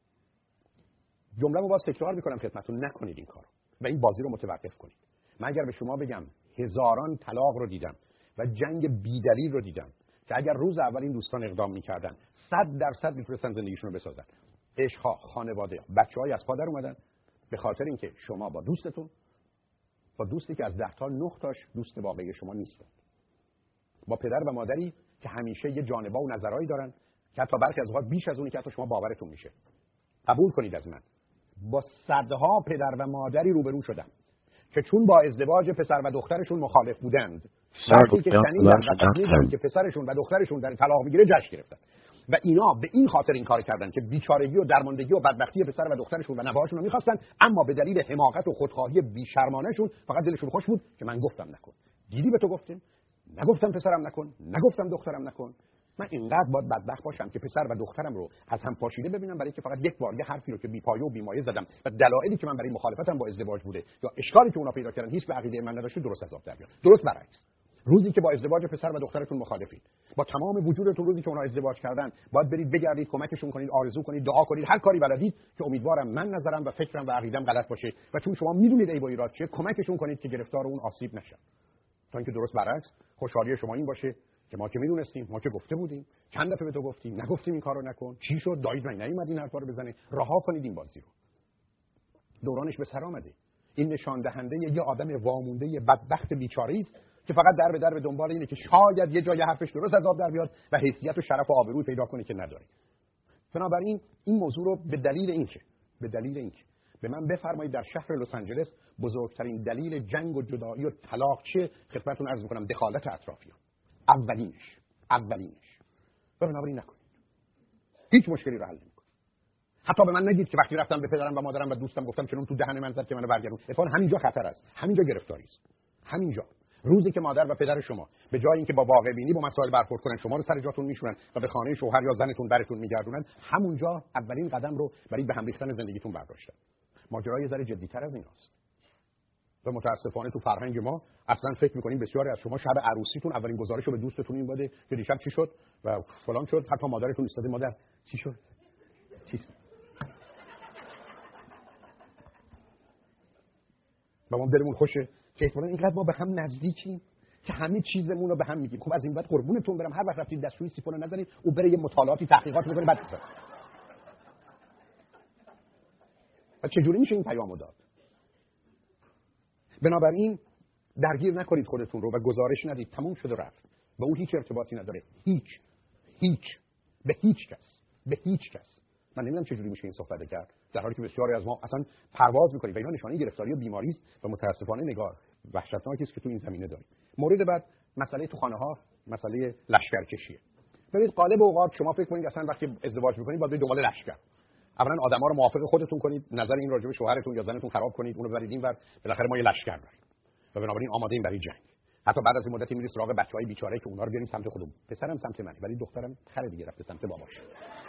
جمله رو باز تکرار میکنم خدمتتون، نکنید این کارو و این بازی رو متوقف کنید. من اگر به شما بگم هزاران طلاق رو دیدم و جنگ بی‌دلیل رو دیدم که اگر روز اول این دوستان اقدام میکردن صد درصد میتونستن زندگیشون رو بسازن. عشق‌ها، خانواده، بچه‌های از پادر اومدن به خاطر اینکه شما با دوستتون، با دوستی که از ده تا نه تاش دوست واقعی شما نیست، با پدر و مادری که همیشه یه جانبا و نظرایی دارن که حتی برخی از اوقات بیش از اونی که حتی شما باورتون میشه. قبول کنید از من، با صدها پدر و مادری روبرو شدم که چون با ازدواج پسر و دخترشون مخالف بودند، شرطی که شنیدن و فهمیدن که پسرشون و دخترشون در طلاق میگیره جشن گرفتن و اینا به این خاطر این کار کردن که بیچارگی و درماندگی و بدبختی پسر و دخترشون و نوه‌هاشون رو می‌خواستن، اما به دلیل حماقت و خودخواهی بی‌شرمانه‌شون فقط دلشون خوش بود که من گفتم نکن. دیدی به تو گفتم؟ نگفتم پسرم نکن، نگفتم دخترم نکن. من اینقدر باید بدبخت باشم که پسر و دخترم رو از هم پاشیده ببینم برای که فقط یک بار یه حرفی رو که بی‌پایه و بی‌مایه زدم و دلایلی که من برای مخالفتم با ازدواج بوده یا اشکالی که اونا پیدا کردن هیچ به عقیده من نداشته درست از آب در بیاد. درست برعکس. روزی که با ازدواج پسر و دخترتون مخالفید، با تمام وجودتون روزی که اونا ازدواج کردن باید برید بگردید کمکشون کنید، آرزو کنید، دعا کنید، هر کاری بلدید که امیدوارم من نظرم و فکرم و عقیدم غلط باشه و چون شما میدونید ای با ایراد چیه کمکشون کنید که گرفتار اون آسیب نشن. تا اینکه درست برعکس خوشحالی شما این باشه که ما که میدونستیم، ما که گفته بودیم، چند دفعه به تو گفتیم، نگفتیم این کارو نکن، چی شد؟ دایید من نیومد این حرفا رو بزنه. رها کنید این بازی رو. دورانش به سر آمده. این نشان دهنده یه آدم وامونده بدبخت بیچاره است که فقط در به در به دنبال اینه که شاید یه جای حرفش درست از آب در بیاد و حیثیت و شرف و آبروی پیدا کنه که نداره. بنابراین این موضوع رو به دلیل اینکه به دلیل اینکه به من بفرمایید در شهر لس آنجلس بزرگترین دلیل جنگ و جدایی و طلاق چیه، خدمتتون عرض می‌کنم دخالت اطرافیان. اولینش اولینش بنابراین نکنید. هیچ مشکلی رو حل نمی‌کنه. حتی به من نگید که وقتی رفتم به پدرم و مادرم و دوستم گفتم چون تو دهن من زد که منو برگردون. اتفاقا همینجا خطر است. همینجا گرفتاری است. همینجا روزی که مادر و پدر شما به جای اینکه با واقع بینی با مسائل برخورد کنن شما رو سر جاتون میشونن و به خانه شوهر یا زنتون براتون میگردونن، همونجا اولین قدم رو برای به هم ریختن زندگیتون برداشتن. ماجرا یه ذره جدی‌تر از ایناست. و متاسفانه تو فرهنگ ما اصلا فکر می‌کنیم بسیاری از شما شب عروسیتون اولین گزارش رو به دوستتون این بوده که دیشب چی شد و فلان شد. حتی مادرتون ایستاده مادر چی شد؟ چی شد؟ و ما دلمون خوشه که احتمالاً اینقدر ما به هم نزدیکیم که همه چیزمون رو به هم میگیم. خب از این بعد قربونتون برم هر وقت رفتید دستشویی سیفون رو نزنید او بره یه مطالعاتی تحقیقات بکنه بعد بزنه. و چجوری میشه این پیامو داد؟ بنابراین درگیر نکنید خودتون رو و گزارش ندید. تموم شده رفت. با او هیچ ارتباطی نداره. هیچ هیچ به هیچ کس به هیچ کس. من نمیدونم چجوری میشه این صحبت کرد در حالی که بسیاری از ما اصلا پرواز میکنیم و اینا نشانه گرفتاری و بیماری است و متاسفانه نگاه وحشتناکی است که تو این زمینه داریم. مورد بعد مسئله تو خانه ها مسئله لشکرکشیه. ببینید غالب اوقات شما فکر کنید اصلا وقتی ازدواج میکنید باید دنبال لشکر. اولا آدما رو موافق خودتون کنید، نظر این راجع به شوهرتون یا زنتون خراب کنید، اونو ببرید اینور، بالاخره ما یه لشکر داریم و بنابراین آماده ایم برای جنگ. حتی بعد از این مدتی میرید سراغ بچهای بیچاره که اونا رو بیاریم سمت خودمون. پسرم سمت منه ولی دخترم خر دیگه رفته سمت باباش.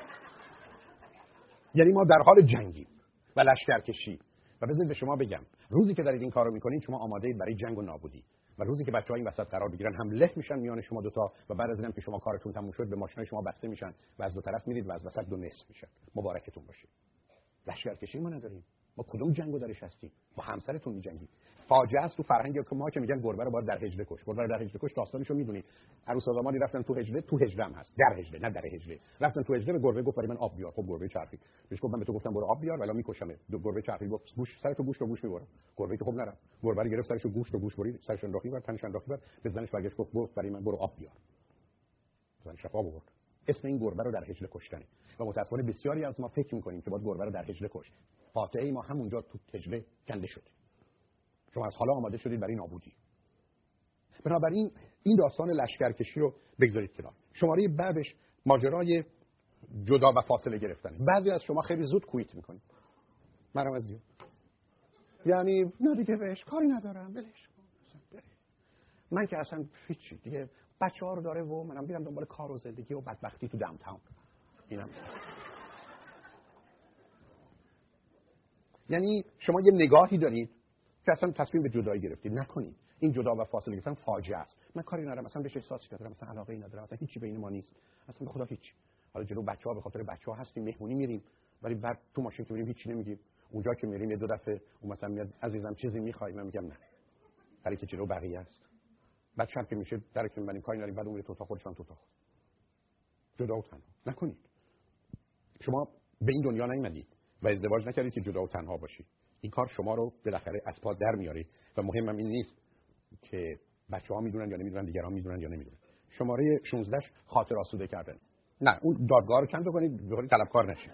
یعنی ما در حال جنگیم و لشکرکشی. و بذارید به شما بگم روزی که دارید این کارو میکنید شما آماده اید برای جنگ و نابودی و روزی که بچه‌ها این وسط قرار بگیرن هم له میشن میان شما دو تا و بعد از اینم که شما کارتون تموم شد به ماشینای شما بسته میشن و از دو طرف میرید و از وسط دو نصف میشن. مبارکتون باشه. لشکرکشی ما نداریم. ما کدوم جنگو درش هستیم؟ با همسرتون میجنگید. فاجعه است تو فرهنگ که ما که میگن گربه رو باید در هجله کش. گربه رو در هجله کش داستانشو میدونید. عروس زمانی رفتن تو هجله، تو هجله هم هست. در هجله نه در هجله. رفتن تو هجله به گربه گفت برای من آب بیار. خب گربه چرخید. بهش گفت من به تو گفتم برو آب بیار ولی میکشمت. دو گربه چرخید گفت گوش سرتو گوش رو گوش میبرم. گربه که خب نرفت. گربه رو گرفت سرشو گوش رو گوش برید. سرش انداخت بر تنش انداخت بر به زنش برگشت گفت گفت برای من برو آب بیار. زنش آب آورد. اسم این گربه رو در هجله کشتنه و متأسفانه بسیاری از ما فکر می‌کنیم که باید گربه رو در هجله کشت. قاطعه ما همونجا تو هجله کنده شد. شما از حالا آماده شدید برای نابودی. بنابراین این داستان لشکرکشی رو بگذارید کنار. شماره بعدش ماجرای جدا و فاصله گرفتن. بعضی از شما خیلی زود کویت می‌کنید. منم از زیاد. یعنی نه دیگه بهش کاری ندارم ولش کن. من که اصلا هیچی دیگه بچه‌ها رو داره و منم میرم دنبال کار و زندگی و بدبختی تو داونتاون. اینم یعنی شما یه نگاهی دارید که اصلا تصمیم به جدایی گرفتید. نکنید. این جدا و فاصله گرفتن فاجعه است. من کاری ندارم اصلا بهش احساسی ندارم اصلا علاقه‌ای ندارم اصلا هیچی بین ما نیست اصلا به خدا هیچ. حالا جلو بچه‌ها به خاطر بچه‌ها هستیم مهمونی میریم ولی بعد تو ماشین که میریم هیچی نمیگیم. اونجا که میریم یه دو دفعه اون مثلا میاد عزیزم چیزی می‌خوای من میگم نه. برای که جلو بقیه است. بعد شب که میشه در که من کاری نداریم بعد اون تو تا خودش هم تو تا خود. جدا و تنها نکنید. شما به این دنیا نیومدید و ازدواج نکردید که جدا و تنها باشید. این کار شما رو بالاخره از پا در میاره و مهمم این نیست که بچه‌ها میدونن یا نمیدونن دیگران میدونن یا نمیدونن. شماره شانزده خاطر آسوده کردن. نه اون دادگاه رو کم بکنید بخوری طلبکار نشید.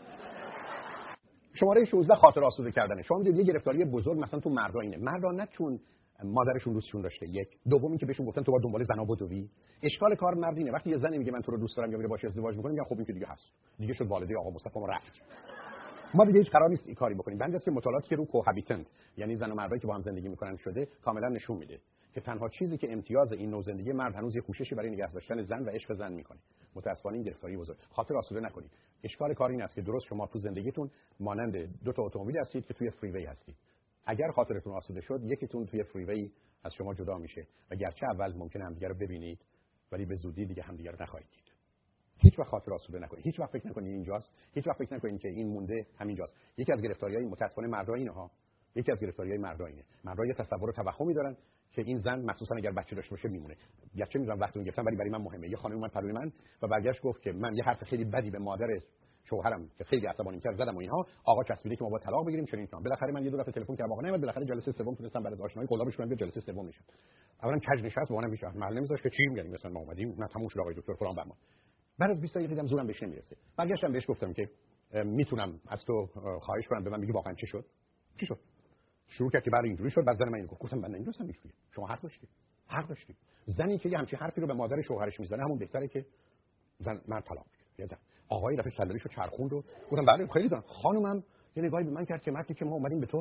شماره شانزده خاطر آسوده کردنه. شما میدونید یه گرفتاری بزرگ مثلا تو مردا اینه. مردا نه چون مادرشون دوستشون داشته، یک دوم این که بهشون گفتن تو با دنبال زنا بدوی. اشکال کار مرد اینه وقتی یه زنی میگه من تو رو دوست دارم یا میره باهاش ازدواج میکنه میگن خب این که دیگه هست، دیگه شد والده آقا مصطفی ما رفت، ما دیگه هیچ قرار نیست این کاری بکنیم. بنده است که مطالعاتی که رو کوهابیتنت یعنی زن و مردایی که با هم زندگی میکنن شده کاملا نشون میده که تنها چیزی که امتیاز این نوع زندگی مرد هنوز یه کوششی برای نگه داشتن زن و عشق زن میکنه. متأسفانه این گرفتاری بزرگ. خاطر آسوده نکنید. اشکال کار این است که درست شما تو زندگیتون مانند دو تا اتومبیل هستید که توی فریوی هستید. اگر خاطرتون آسوده شد یکیتون توی فریوی از شما جدا میشه و گرچه اول ممکنه همدیگه رو ببینید ولی به زودی دیگه همدیگه رو نخواهید دید. هیچ وقت خاطر آسوده نکنید. هیچ وقت فکر نکنید اینجاست. هیچ وقت فکر نکنید که این مونده همینجاست. یکی از گرفتاری‌های متأسفانه مردا اینه ها. یکی از گرفتاری‌های مردا اینه. مردا یه تصور و توهمی دارن که این زن مخصوصا اگر بچه داشته باشه میمونه. گرچه می‌دونم وقتی گرفتن ولی برای من مهمه. یه خانم اومد پلوی من و برگشت گفت که من یه حرف خیلی بدی به مادر شوهرم که خیلی عصبانی کرد زدم و اینها، آقا چسبیده که ما با طلاق بگیریم چنین کام. بالاخره من یه دو دفعه تلفن کردم آقا نمیاد، بالاخره جلسه سوم تونستم بعد از آشنایی قلابش کنم که جلسه سوم میشه. اولا کج نشست با اونم میشه محل نمیذاش که چی میگن مثلا ما اومدیم نه تموم شد آقای دکتر فلان بر ما. بعد از بیست دقیقه دیدم زورم بهش نمیرسه. برگشتم بهش گفتم که میتونم از تو خواهش کنم به من بگی واقعا چی شد؟ چی شد؟ شروع کرد که برای اینجوری شد. بعد زن من اینو گفت. گفتم من نمیدونستم اینجوریه. شما حق داشتید. حق داشتید. زنی که یه همچین حرفی رو به مادر شوهرش میزنه همون بهتره که زن مرد طلاق بگیره. زن آقای دفعه صندلیشو چرخوند و گفتم بله خیلی زن. خانومم یه نگاهی به من کرد که مردی که ما اومدیم به تو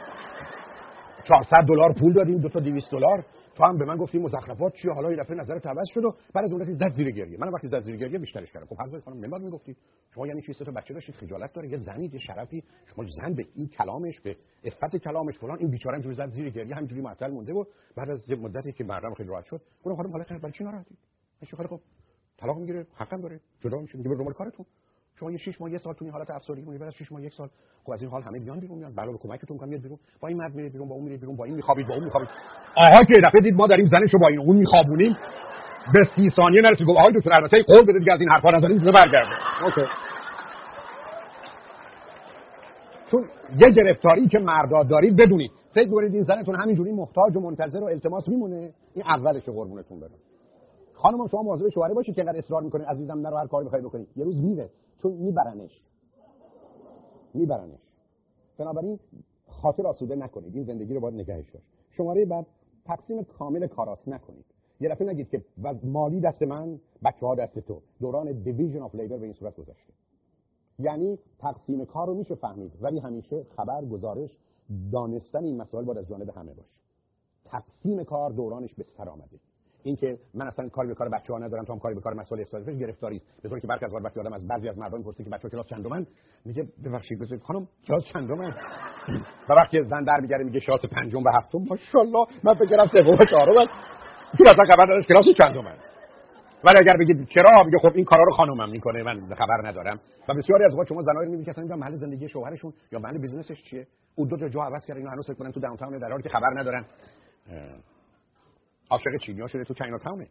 چهارصد دلار پول دادیم دو تا دویست دلار تو هم به من گفتی مزخرفات چیه، حالا یه دفعه نظرت عوض شد و بعد از اون دفعه زد زیر گریه. من وقتی زد زیر گریه بیشترش کردم. خب حضرت خانم نمیاد میگفتی شما یعنی چی سه تا بچه داشتید خجالت داره یه زنی یه شرفی شما زن به این کلامش به عفت کلامش فلان این بیچاره اینجوری زد زیر گریه همینجوری معطل مونده و بعد از یه مدتی که مردم خیلی راحت شد گفتم خانم حالا خیلی برای چی ناراحتی؟ اش خیلی خب طلاق میگیره حقم داره جدا میشه میگه برو کارتون. شما یه شش ماه یه سال تو این حالت افسردگی مونید، بعد از شش ماه یک سال خب از این حال همه بیان بیرون میان، برای کمکتون کنم میاد بیرون، با این مرد میره بیرون، با اون میره بیرون، با این میخوابید، با اون میخوابید. آها که دفعه دید ما داریم زنشو با این اون میخوابونیم به سی ثانیه نرسید گفت آهای دکتر البته قول بده دیگه از این حرفا نزنید دیگه برگرده. اوکی. چون یه گرفتاری که مردا دارید بدونید فکر کنید این زنتون همینجوری محتاج و منتظر و التماس میمونه، این اولشه قربونتون برم. خانم شما مواظب شوهر باشید که انقدر اصرار میکنید عزیزم نرو هر کاری بخوای بکنید یه روز میره چون میبرنش میبرنش بنابراین خاطر آسوده نکنید. این زندگی رو باید نگهش داشت. شماره بعد تقسیم کامل کارات نکنید. یه دفعه نگید که مالی دست من بچه‌ها دست تو. دوران دیویژن اف لیبر به این صورت گذشته. یعنی تقسیم کار رو میشه فهمید ولی همیشه خبر گزارش دانستن این مسائل باید از جانب همه باشه. تقسیم کار دورانش به سر آمده. این که من اصلا کاری به کار بچه‌ها ندارم تو هم کاری به کار مسائل استراتژی گرفتاری است. به طوری که برخی از وقت آدم از بعضی از مردم می‌پرسه که بچه‌ها کلاس چندمن میگه ببخشید بذارید خانم کلاس چندمن و وقتی زن در میگره میگه کلاس پنجم و هفتم ماشاءالله من فکر کردم سوم و چهارم این اصلا خبر نداره کلاس چندمن. ولی اگر بگید چرا میگه خب این کارا رو خانومم میکنه من خبر ندارم. و بسیاری از اوقات شما زنایی میبینید که اصلا نمیدونن محل زندگی شوهرشون یا محل بیزنسش چیه. اون دو تا جا عوض کردن اینا هنوز فکر کنن تو داون تاون در حالی که خبر ندارن عاشق چینی‌ها شده تو چاینا تاونه.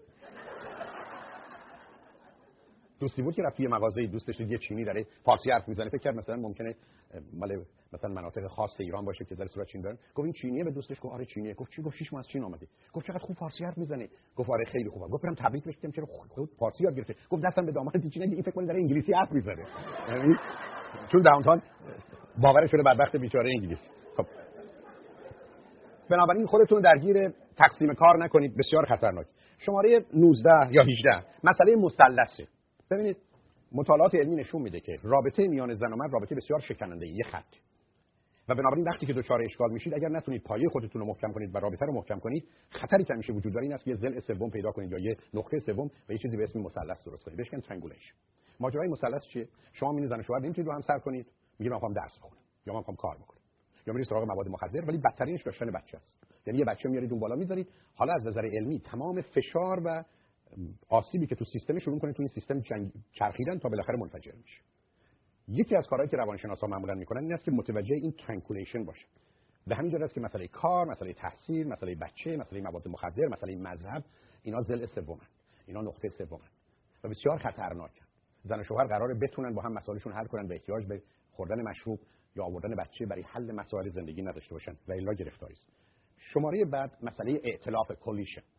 دوستی بود که رفت یه مغازه دوستش یه چینی داره فارسی حرف میزنه فکر کرد مثلا ممکنه مال مثلا مناطق خاص ایران باشه که در صورت چین دارن. گفت این چینیه. به دوستش گفت آره چینیه. گفت چی؟ گفت شش ماه از چین اومده. گفت چقدر خوب فارسی حرف میزنه. گفت آره خیلی خوبه. گفت برام تبریک بهش بگم چرا خوب فارسی یاد گرفته. گفت دستم به داماد چینی این فکر کنه داره انگلیسی حرف میزنه. یعنی چون داونتاون باورش شده بدبخت بیچاره انگلیسی. خب بنابراین خودتون درگیر تقسیم کار نکنید، بسیار خطرناک. شماره نوزده یا هجده مسئله مثلثه. ببینید مطالعات علمی نشون میده که رابطه میان زن و مرد رابطه بسیار شکننده یه خط و بنابراین وقتی که دچار اشکال میشید اگر نتونید پایه خودتون رو محکم کنید و رابطه رو محکم کنید خطری که همیشه وجود داره این است که یه ضلع سوم پیدا کنید یا یه نقطه سوم و یه چیزی به اسم مثلث درست کنید. بهش میگن ترنگولیشن. ماجرای مثلث چیه؟ شما میبینید زن و شوهر نمیتونید با هم سر کنید، میگه من میخوام درس بخونم یا من میخوام کار بکنم یا میرید سراغ مواد مخدر، ولی بدترینش داشتن بچه است. یعنی یه بچه میارید اون بالا میذارید، حالا از نظر علمی تمام فشار و آسیبی که تو سیستم شروع کنه تو این سیستم جنگ... چرخیدن تا بالاخره منفجر میشه. یکی از کارهایی که روانشناسا معمولا میکنن این است که متوجه این ترانکولیشن باشه. به همین جهت است که مسئله کار، مسئله تحصیل، مسئله بچه، مسئله مواد مخدر، مسئله مذهب اینا ضلع سومن. اینا نقطه سومن و بسیار خطرناکن. زن و شوهر قراره بتونن با هم مسائلشون حل کنن و احتیاج به خوردن مشروب یا آوردن بچه برای حل مسائل زندگی نداشته باشن و الا گرفتاری است. شماره بعد مسئله ائتلاف کولیشن.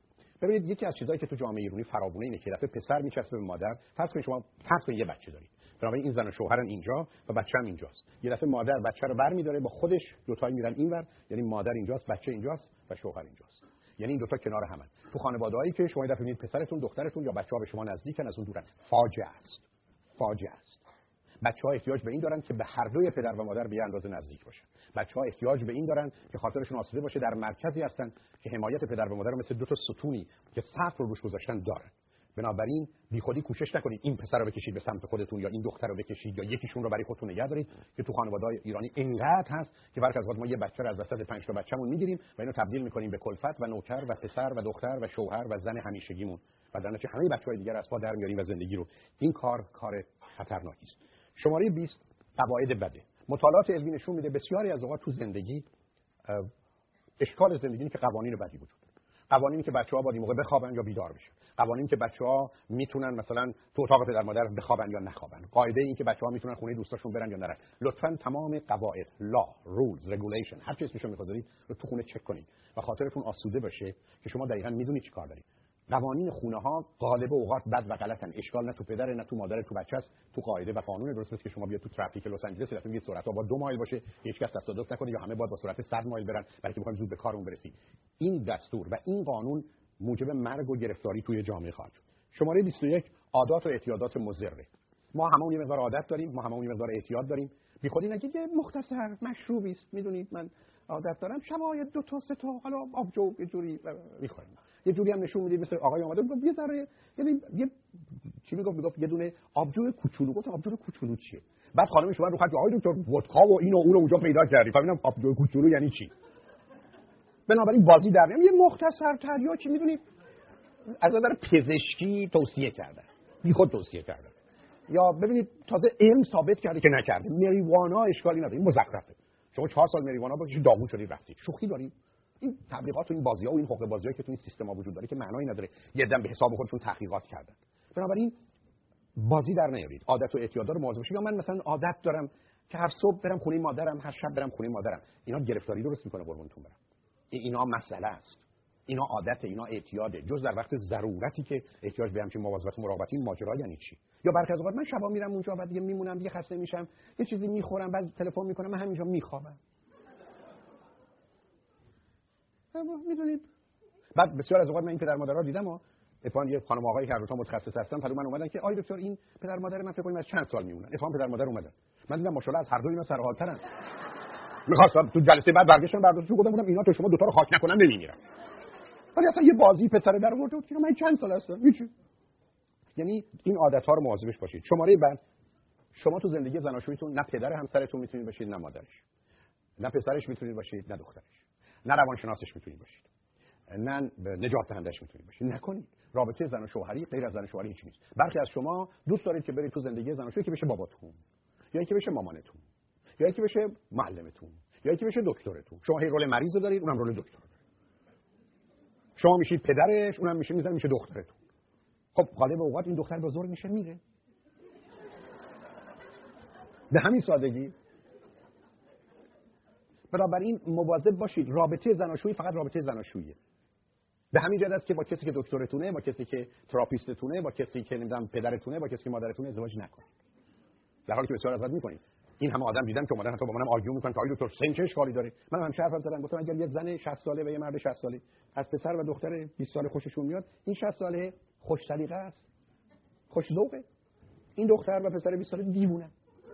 ببینید یکی از چیزایی که تو جامعه ایرانی فراوونه اینه که دفعه پسر میچسبه به مادر. فرض کنید شما فرض کنید یه بچه دارید، بنابراین این زن و شوهرن اینجا و بچه هم اینجاست. یه دفعه مادر بچه رو برمی‌داره با خودش، دو تایی میرن اینور، یعنی مادر اینجاست، بچه اینجاست و شوهر اینجاست. یعنی این دو تا کنار همن. تو خانواده‌هایی که شما یه دفعه می‌بینید پسرتون، دخترتون یا بچه‌ها به شما نزدیکن، از اون دورن، فاجعه است. فاجعه است. بچه‌ها احتیاج به این دارن که به هر دوی پدر و مادر به اندازه نزدیک باشن. بچه‌ها احتیاج به این دارن که خاطرشون آسوده باشه، در مرکزی هستن که حمایت پدر و مادر مثل دو تا ستونی که سقف رو روش گذاشتن دارن. بنابراین بیخودی کوشش نکنید این پسر رو بکشید به سمت خودتون یا این دختر رو بکشید یا یکیشون رو برای خودتون نگه دارید که تو خانواده‌های ایرانی اینقدر هست که برخی از وقت ما یه بچه رو از وسط پنج تا بچه‌مون میگیریم و اینو تبدیل می‌کنیم به کلفت و نوکر و پسر و دختر و شوهر و زن همیشگیمون و در نتیجه همه بچه‌های دیگر از پا در میاریم و زندگی رو. این کار کار خطرناکی است. شماره بیست قواعد بده. مطالعات علمی نشون میده بسیاری از اوقات تو زندگی اشکال زندگی اینه که قوانین بدی وجود داره. قوانینی که بچه‌ها باید این موقع بخوابن یا بیدار بشن. قوانینی که بچه‌ها میتونن مثلا تو اتاق پدر مادر بخوابن یا نخوابن. قاعده این که بچه‌ها میتونن خونه دوستاشون برن یا نرن. لطفاً تمام قواعد، لا، رولز، رگولیشن، هر چیزی که می‌خواید رو تو خونه چک کنید و خاطرتون آسوده باشه که شما دقیقاً میدونید چیکار دارید. قوانین خونه ها غالب اوقات بد و غلطن. اشکال نه تو پدر نه تو مادر، تو بچه است. تو قاعده و قانون درست است که شما بیاد تو ترافیک لس آنجلس رفتین یه سرعت با دو مایل باشه، هیچ کس تصادف نکنه یا همه باید با سرعت صد مایل برن برای اینکه بخوایم زود به کارمون برسیم. این دستور و این قانون موجب مرگ و گرفتاری توی جامعه خواهد شد. شماره بیست و یک عادات و اعتیادات مضره. ما هممون یه مقدار عادت داریم، ما هممون یه مقدار اعتیاد داریم. بیخودی نگید یه مختصر مشروبی است، میدونید من عادت دارم شبای دو تا سه تا حالا آبجو یه جوری میخورم. یه جوری هم نشون میدید مثل آقای اومده میگه یه ذره، یعنی یه چی میگفت میگفت یه دونه آبجو کوچولو. گفت آبجو کوچولو چیه؟ بعد خانمش اومد رو خط آقای دکتر ودکا و اینو اونو اونجا پیدا کردی. فهمیدم آبجو کوچولو یعنی چی. بنابراین بازی در نمیاد. یه مختصر تریا چی میدونید از نظر پزشکی توصیه کردن، بیخود توصیه کردن. یا ببینید تازه علم ثابت کرده که نکرده. مریوانا اشکالی نداره، این مزخرفه. شما چهار سال مریوانا بکشید داغون شدید رفتید. شوخی دارید؟ این تبلیغات و این بازی‌ها و این حقوق بازی‌ها که تو این سیستم‌ها وجود داره که معنایی نداره. یه دم به حساب خودشون تحقیقات کردن. بنابراین بازی در نیارید. عادت و اعتیادا رو مواظب باشید. یا من مثلا عادت دارم که هر صبح برم خونه مادرم، هر شب برم خونه مادرم. اینا گرفتاری درست می‌کنه قربونتون برم. اینا مسئله است. اینا عادت، اینا اعتیاده. جز در وقت ضرورتی که احتیاج به همچین مواظبت و مراقبتی. ماجرا یعنی چی؟ یا برخی از اوقات من شبا میرم اونجا بعد دیگه میمونم، دیگه خسته میشم، یه چیزی میخورم، بعد تلفن میکنم، من همینجا میخوابم. میدونید بعد بسیار از اوقات من این پدر مادرها دیدم ها، اتفاقا یه خانم آقایی که هر دو تا متخصص هستن تا من اومدن که آی دکتر این پدر مادر من فکر کنم از چند سال میمونن. اتفاقا پدر مادر اومدن، من دیدم ماشاءالله از هر دو اینا سرحالترن. میخواستم تو جلسه بعد برگشتم برداشتم گفتم بودم اینا تو شما دو تا رو خاک نکنم نمیمیرن. ولی اصلا یه بازی پسر در آورده بود که من چند سال هستم هیچ. یعنی این عادت‌ها رو مواظبش باشید. شماره بعد شما تو زندگی زناشویتون نه پدر همسرتون میتونید باشید نه مادرش. نه پسرش میتونید باشید نه دخترش. نه روانشناسش میتونید باشید. نه نجات دهندش میتونید باشید. نکنید. رابطه زن و شوهری غیر از زن و شوهری هیچ نیست. برخی از شما دوست دارید که برید تو زندگی زن و شوهری که بشه باباتون، یا اینکه بشه مامانتون، یا اینکه بشه معلمتون، یا اینکه بشه دکترتون. شما هی رول مریض دارید، اونم رول دکتر. شما میشید پدرش، اونم میشه میزنه میشه دخترتون. خب غالب اوقات این دختر بزرگ میشه میره. به همین سادگی. بنابراین مواظب باشید. رابطه زناشویی فقط رابطه زناشوییه. به همین جهت است که با کسی که دکترتونه، با کسی که تراپیستتونه، با کسی که نمیدونم پدرتونه، با کسی که مادرتونه ازدواج نکنید. در حالی که بسیار ازت میکنید. این همه آدم دیدم که اومدن حتی با منم آرگیو میکنن که آقای دکتر سن چه اشکالی داره. من هم حرفم زدم گفتم اگر یه زن شصت ساله و یه مرد شصت ساله از پسر و دختر بیست ساله خوششون میاد، این شصت ساله خوش سلیقه است، خوش ذوقه. این دختر و پسر بیست ساله دیوونه.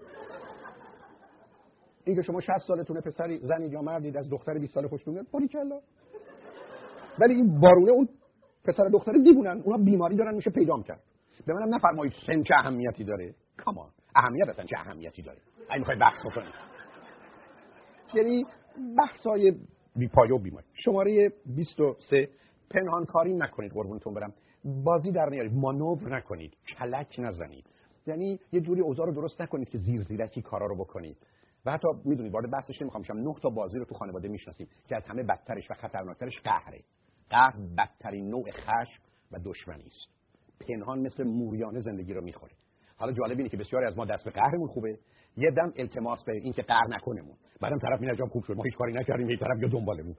این که شما شصت سالتونه پسری زنی یا مردی از دختر بیست ساله خوشتون میاد، باریکلا. ولی این بارونه اون پسر دختر دیوونن، اونا بیماری دارن میشه پیدا کرد. به منم نفرمایید سن چه اهمیتی داره. کامان اهمیت اصلا چه اهمیتی داره؟ اگه میخوای بحث بکنید. یعنی بحثای بی پایه و بی مایه. شماره بیست و سه پنهانکاری نکنید قربونتون برم. بازی در نیارید، مانور نکنید، کلک نزنید. یعنی یه جوری اوضاع رو درست نکنید که زیر زیرکی کارا رو بکنید. و حتی میدونید وارد بحثش نمیخوام بشم، نه تا بازی رو تو خانواده میشناسیم که از همه بدترش و خطرناکترش قهره. قهر بدترین نوع خشم و دشمنی است. پنهان مثل موریانه زندگی رو میخوره. حالا جالب اینه که بسیاری از ما دست به قهرمون خوبه، یه دم التماس به این که قهر نکنمون، بعدم طرف میاد جام خوب شد ما هیچ کاری نکردیم، یه طرف یا دنبالمون.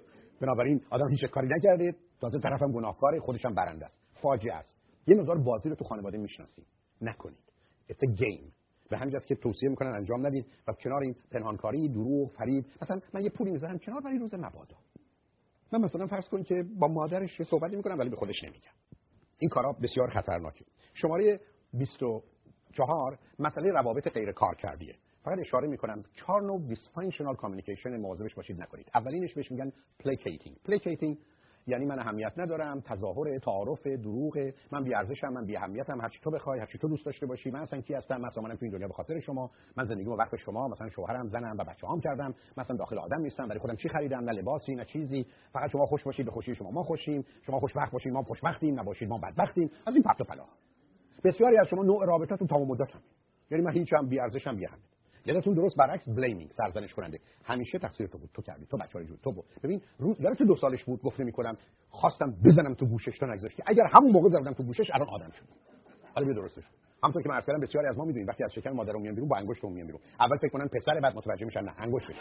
بنابراین آدم هیچ کاری نکرده، تازه طرفم گناهکاره، خودش هم برنده است. فاجعه است. یه مقدار بازی رو تو خانواده میشناسید. نکنید. It's a game. به همین جاست که توصیه میکنن انجام ندید و کنار این پنهانکاری، دروغ، فریب، مثلا من یه پولی میذارم کنار برای روز مبادا. من مثلا فرض کنید که با مادرش یه صحبتی میکنم ولی به خودش نمیگم. این کارا بسیار خطرناکه. شماره بیست و چهار مسئله روابط غیر کارکردیه. فقط اشاره میکنم چهار نوع دیسفانکشنال کامیونیکیشن مواظبش باشید نکنید. اولینش بهش میگن پلیکیتینگ. پلیکیتینگ یعنی من اهمیت ندارم، تظاهر، تعارف، دروغ، من بی ارزشم، من بی اهمیتم، هر چی تو بخوای، هر چی تو دوست داشته باشی، من اصلا کی هستم، مثلا من تو این دنیا به خاطر شما، من زندگیمو وقت شما، مثلا شوهرم، زنم و بچه‌هام کردم، مثلا داخل آدم نیستم، برای خودم چی خریدم، نه لباسی نه چیزی، فقط شما خوش باشید به خوشی شما ما خوشیم، شما خوشبخت باشید ما خوشبختیم، نباشید ما بدبختیم. از این پرت و پلا. بسیاری از شما نوع رابطه‌تون تمام مدت هم. یعنی من هیچم بی ارزشم، بی اهمیت. یادتون درست برعکس بلیمینگ، سرزنش کننده، همیشه تقصیر تو بود، تو کردی، تو بچه‌ها جو، تو بود. ببین روز یادت دو سالش بود گفت نمی‌کنم، خواستم بزنم تو گوشش تو نگذاشتی، اگر همون موقع زدم تو گوشش الان آدم شد. حالا بیا درستش. همونطور که من اصلا بسیاری از ما می‌دونیم وقتی از شکم مادرمون میان بیرون با انگشتمون میان بیرون. اول فکر کنن پسر، بعد متوجه میشن نه انگشتش.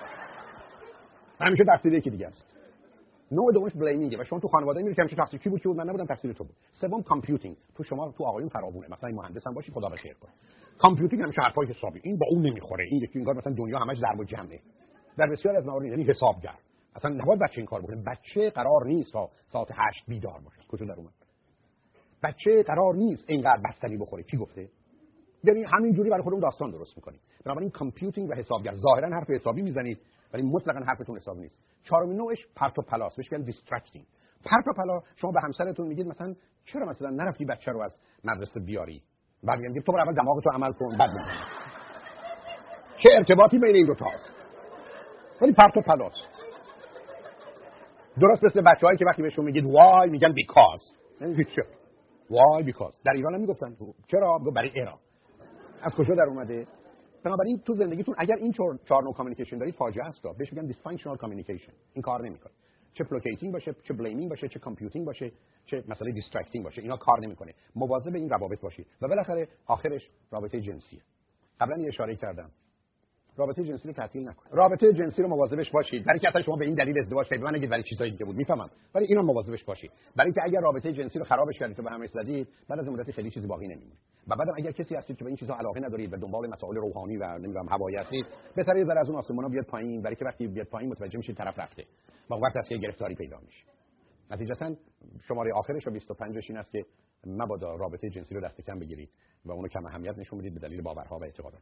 همیشه تقصیر یکی دیگه است. نوع دومش بلیمینگه و شما تو خانواده میری که همیشه تقصیر کی بود کی بود، من نبودم، تقصیر تو بود. سوم کامپیوتینگ، تو شما تو آقایون فراوونه، مثلا این مهندسم باشی خدا بخیر کنه. کامپیوتینگ همیشه حرفای حسابی، این با اون نمیخوره، این یکی انگار مثلا دنیا همش ضرب و جمعه. در بسیاری از موارد یعنی حسابگر. اصلا نباید بچه این کار بکنه. بچه قرار نیست تا ساعت هشت بیدار باشه. کجا در اومد؟ بچه قرار نیست اینقدر بستنی بخوره. کی گفته؟ یعنی همینجوری برای خودمون داستان درست می‌کنیم. بنابراین کامپیوتینگ و حسابگر ظاهرا حرف حسابی میزنید ولی مطلقاً حرفتون حسابی نیست. چهارمین نوعش پرت و پلاس، بهش میگن دیسترکتینگ. پرت و پلا، شما به همسرتون میگید مثلا چرا مثلا نرفتی بچه رو از مدرسه بیاری؟ بعد میگم تو برو اول دماغتو عمل کن بعد میگم. چه ارتباطی بین این دو تاست؟ ولی پرت و پلاس. درست مثل بچه‌هایی که وقتی بهشون میگید why میگن because. یعنی چرا؟ why because. در ایران هم میگفتن چرا؟ برای ایران. از کجا در اومده؟ بنابراین تو زندگیتون اگر این چهار چهار نوع کامیونیکیشن دارید فاجعه است. بهش میگن دیسفانکشنال کامیونیکیشن. این کار نمیکنه. چه پلیکیتینگ باشه، چه بلیمینگ باشه، چه کامپیوتینگ باشه، چه مسئله دیسترکتینگ باشه، اینا کار نمیکنه. مواظب این روابط باشید. و بالاخره آخرش رابطه جنسیه. قبلا یه اشاره کردم. رابطه جنسی رو تعطیل نکنید. رابطه جنسی رو مواظبش باشید. برای که اصلا شما به این دلیل ازدواج کردید، من نگید ولی چیزای دیگه بود، میفهمم. ولی اینا مواظبش باشید. برای که اگر رابطه جنسی رو خرابش کردید و به هم زدید، بعد از مدت خیلی چیزی باقی نمیمونه. و بعدم اگر کسی هستید که به این چیزها علاقه ندارید و دنبال مسائل روحانی و نمیدونم هوایی هستید، بهتره ذره از اون آسمونا بیاد پایین، برای که وقتی بیاد پایین متوجه میشید طرف رفته. با وقت است که گرفتاری پیدا میشه. نتیجتاً شماره آخرش و بیست و پنج این است که مبادا رابطه جنسی رو دست کم بگیرید و اونو کم اهمیت نشون بدید به دلیل باورها و اعتقادات.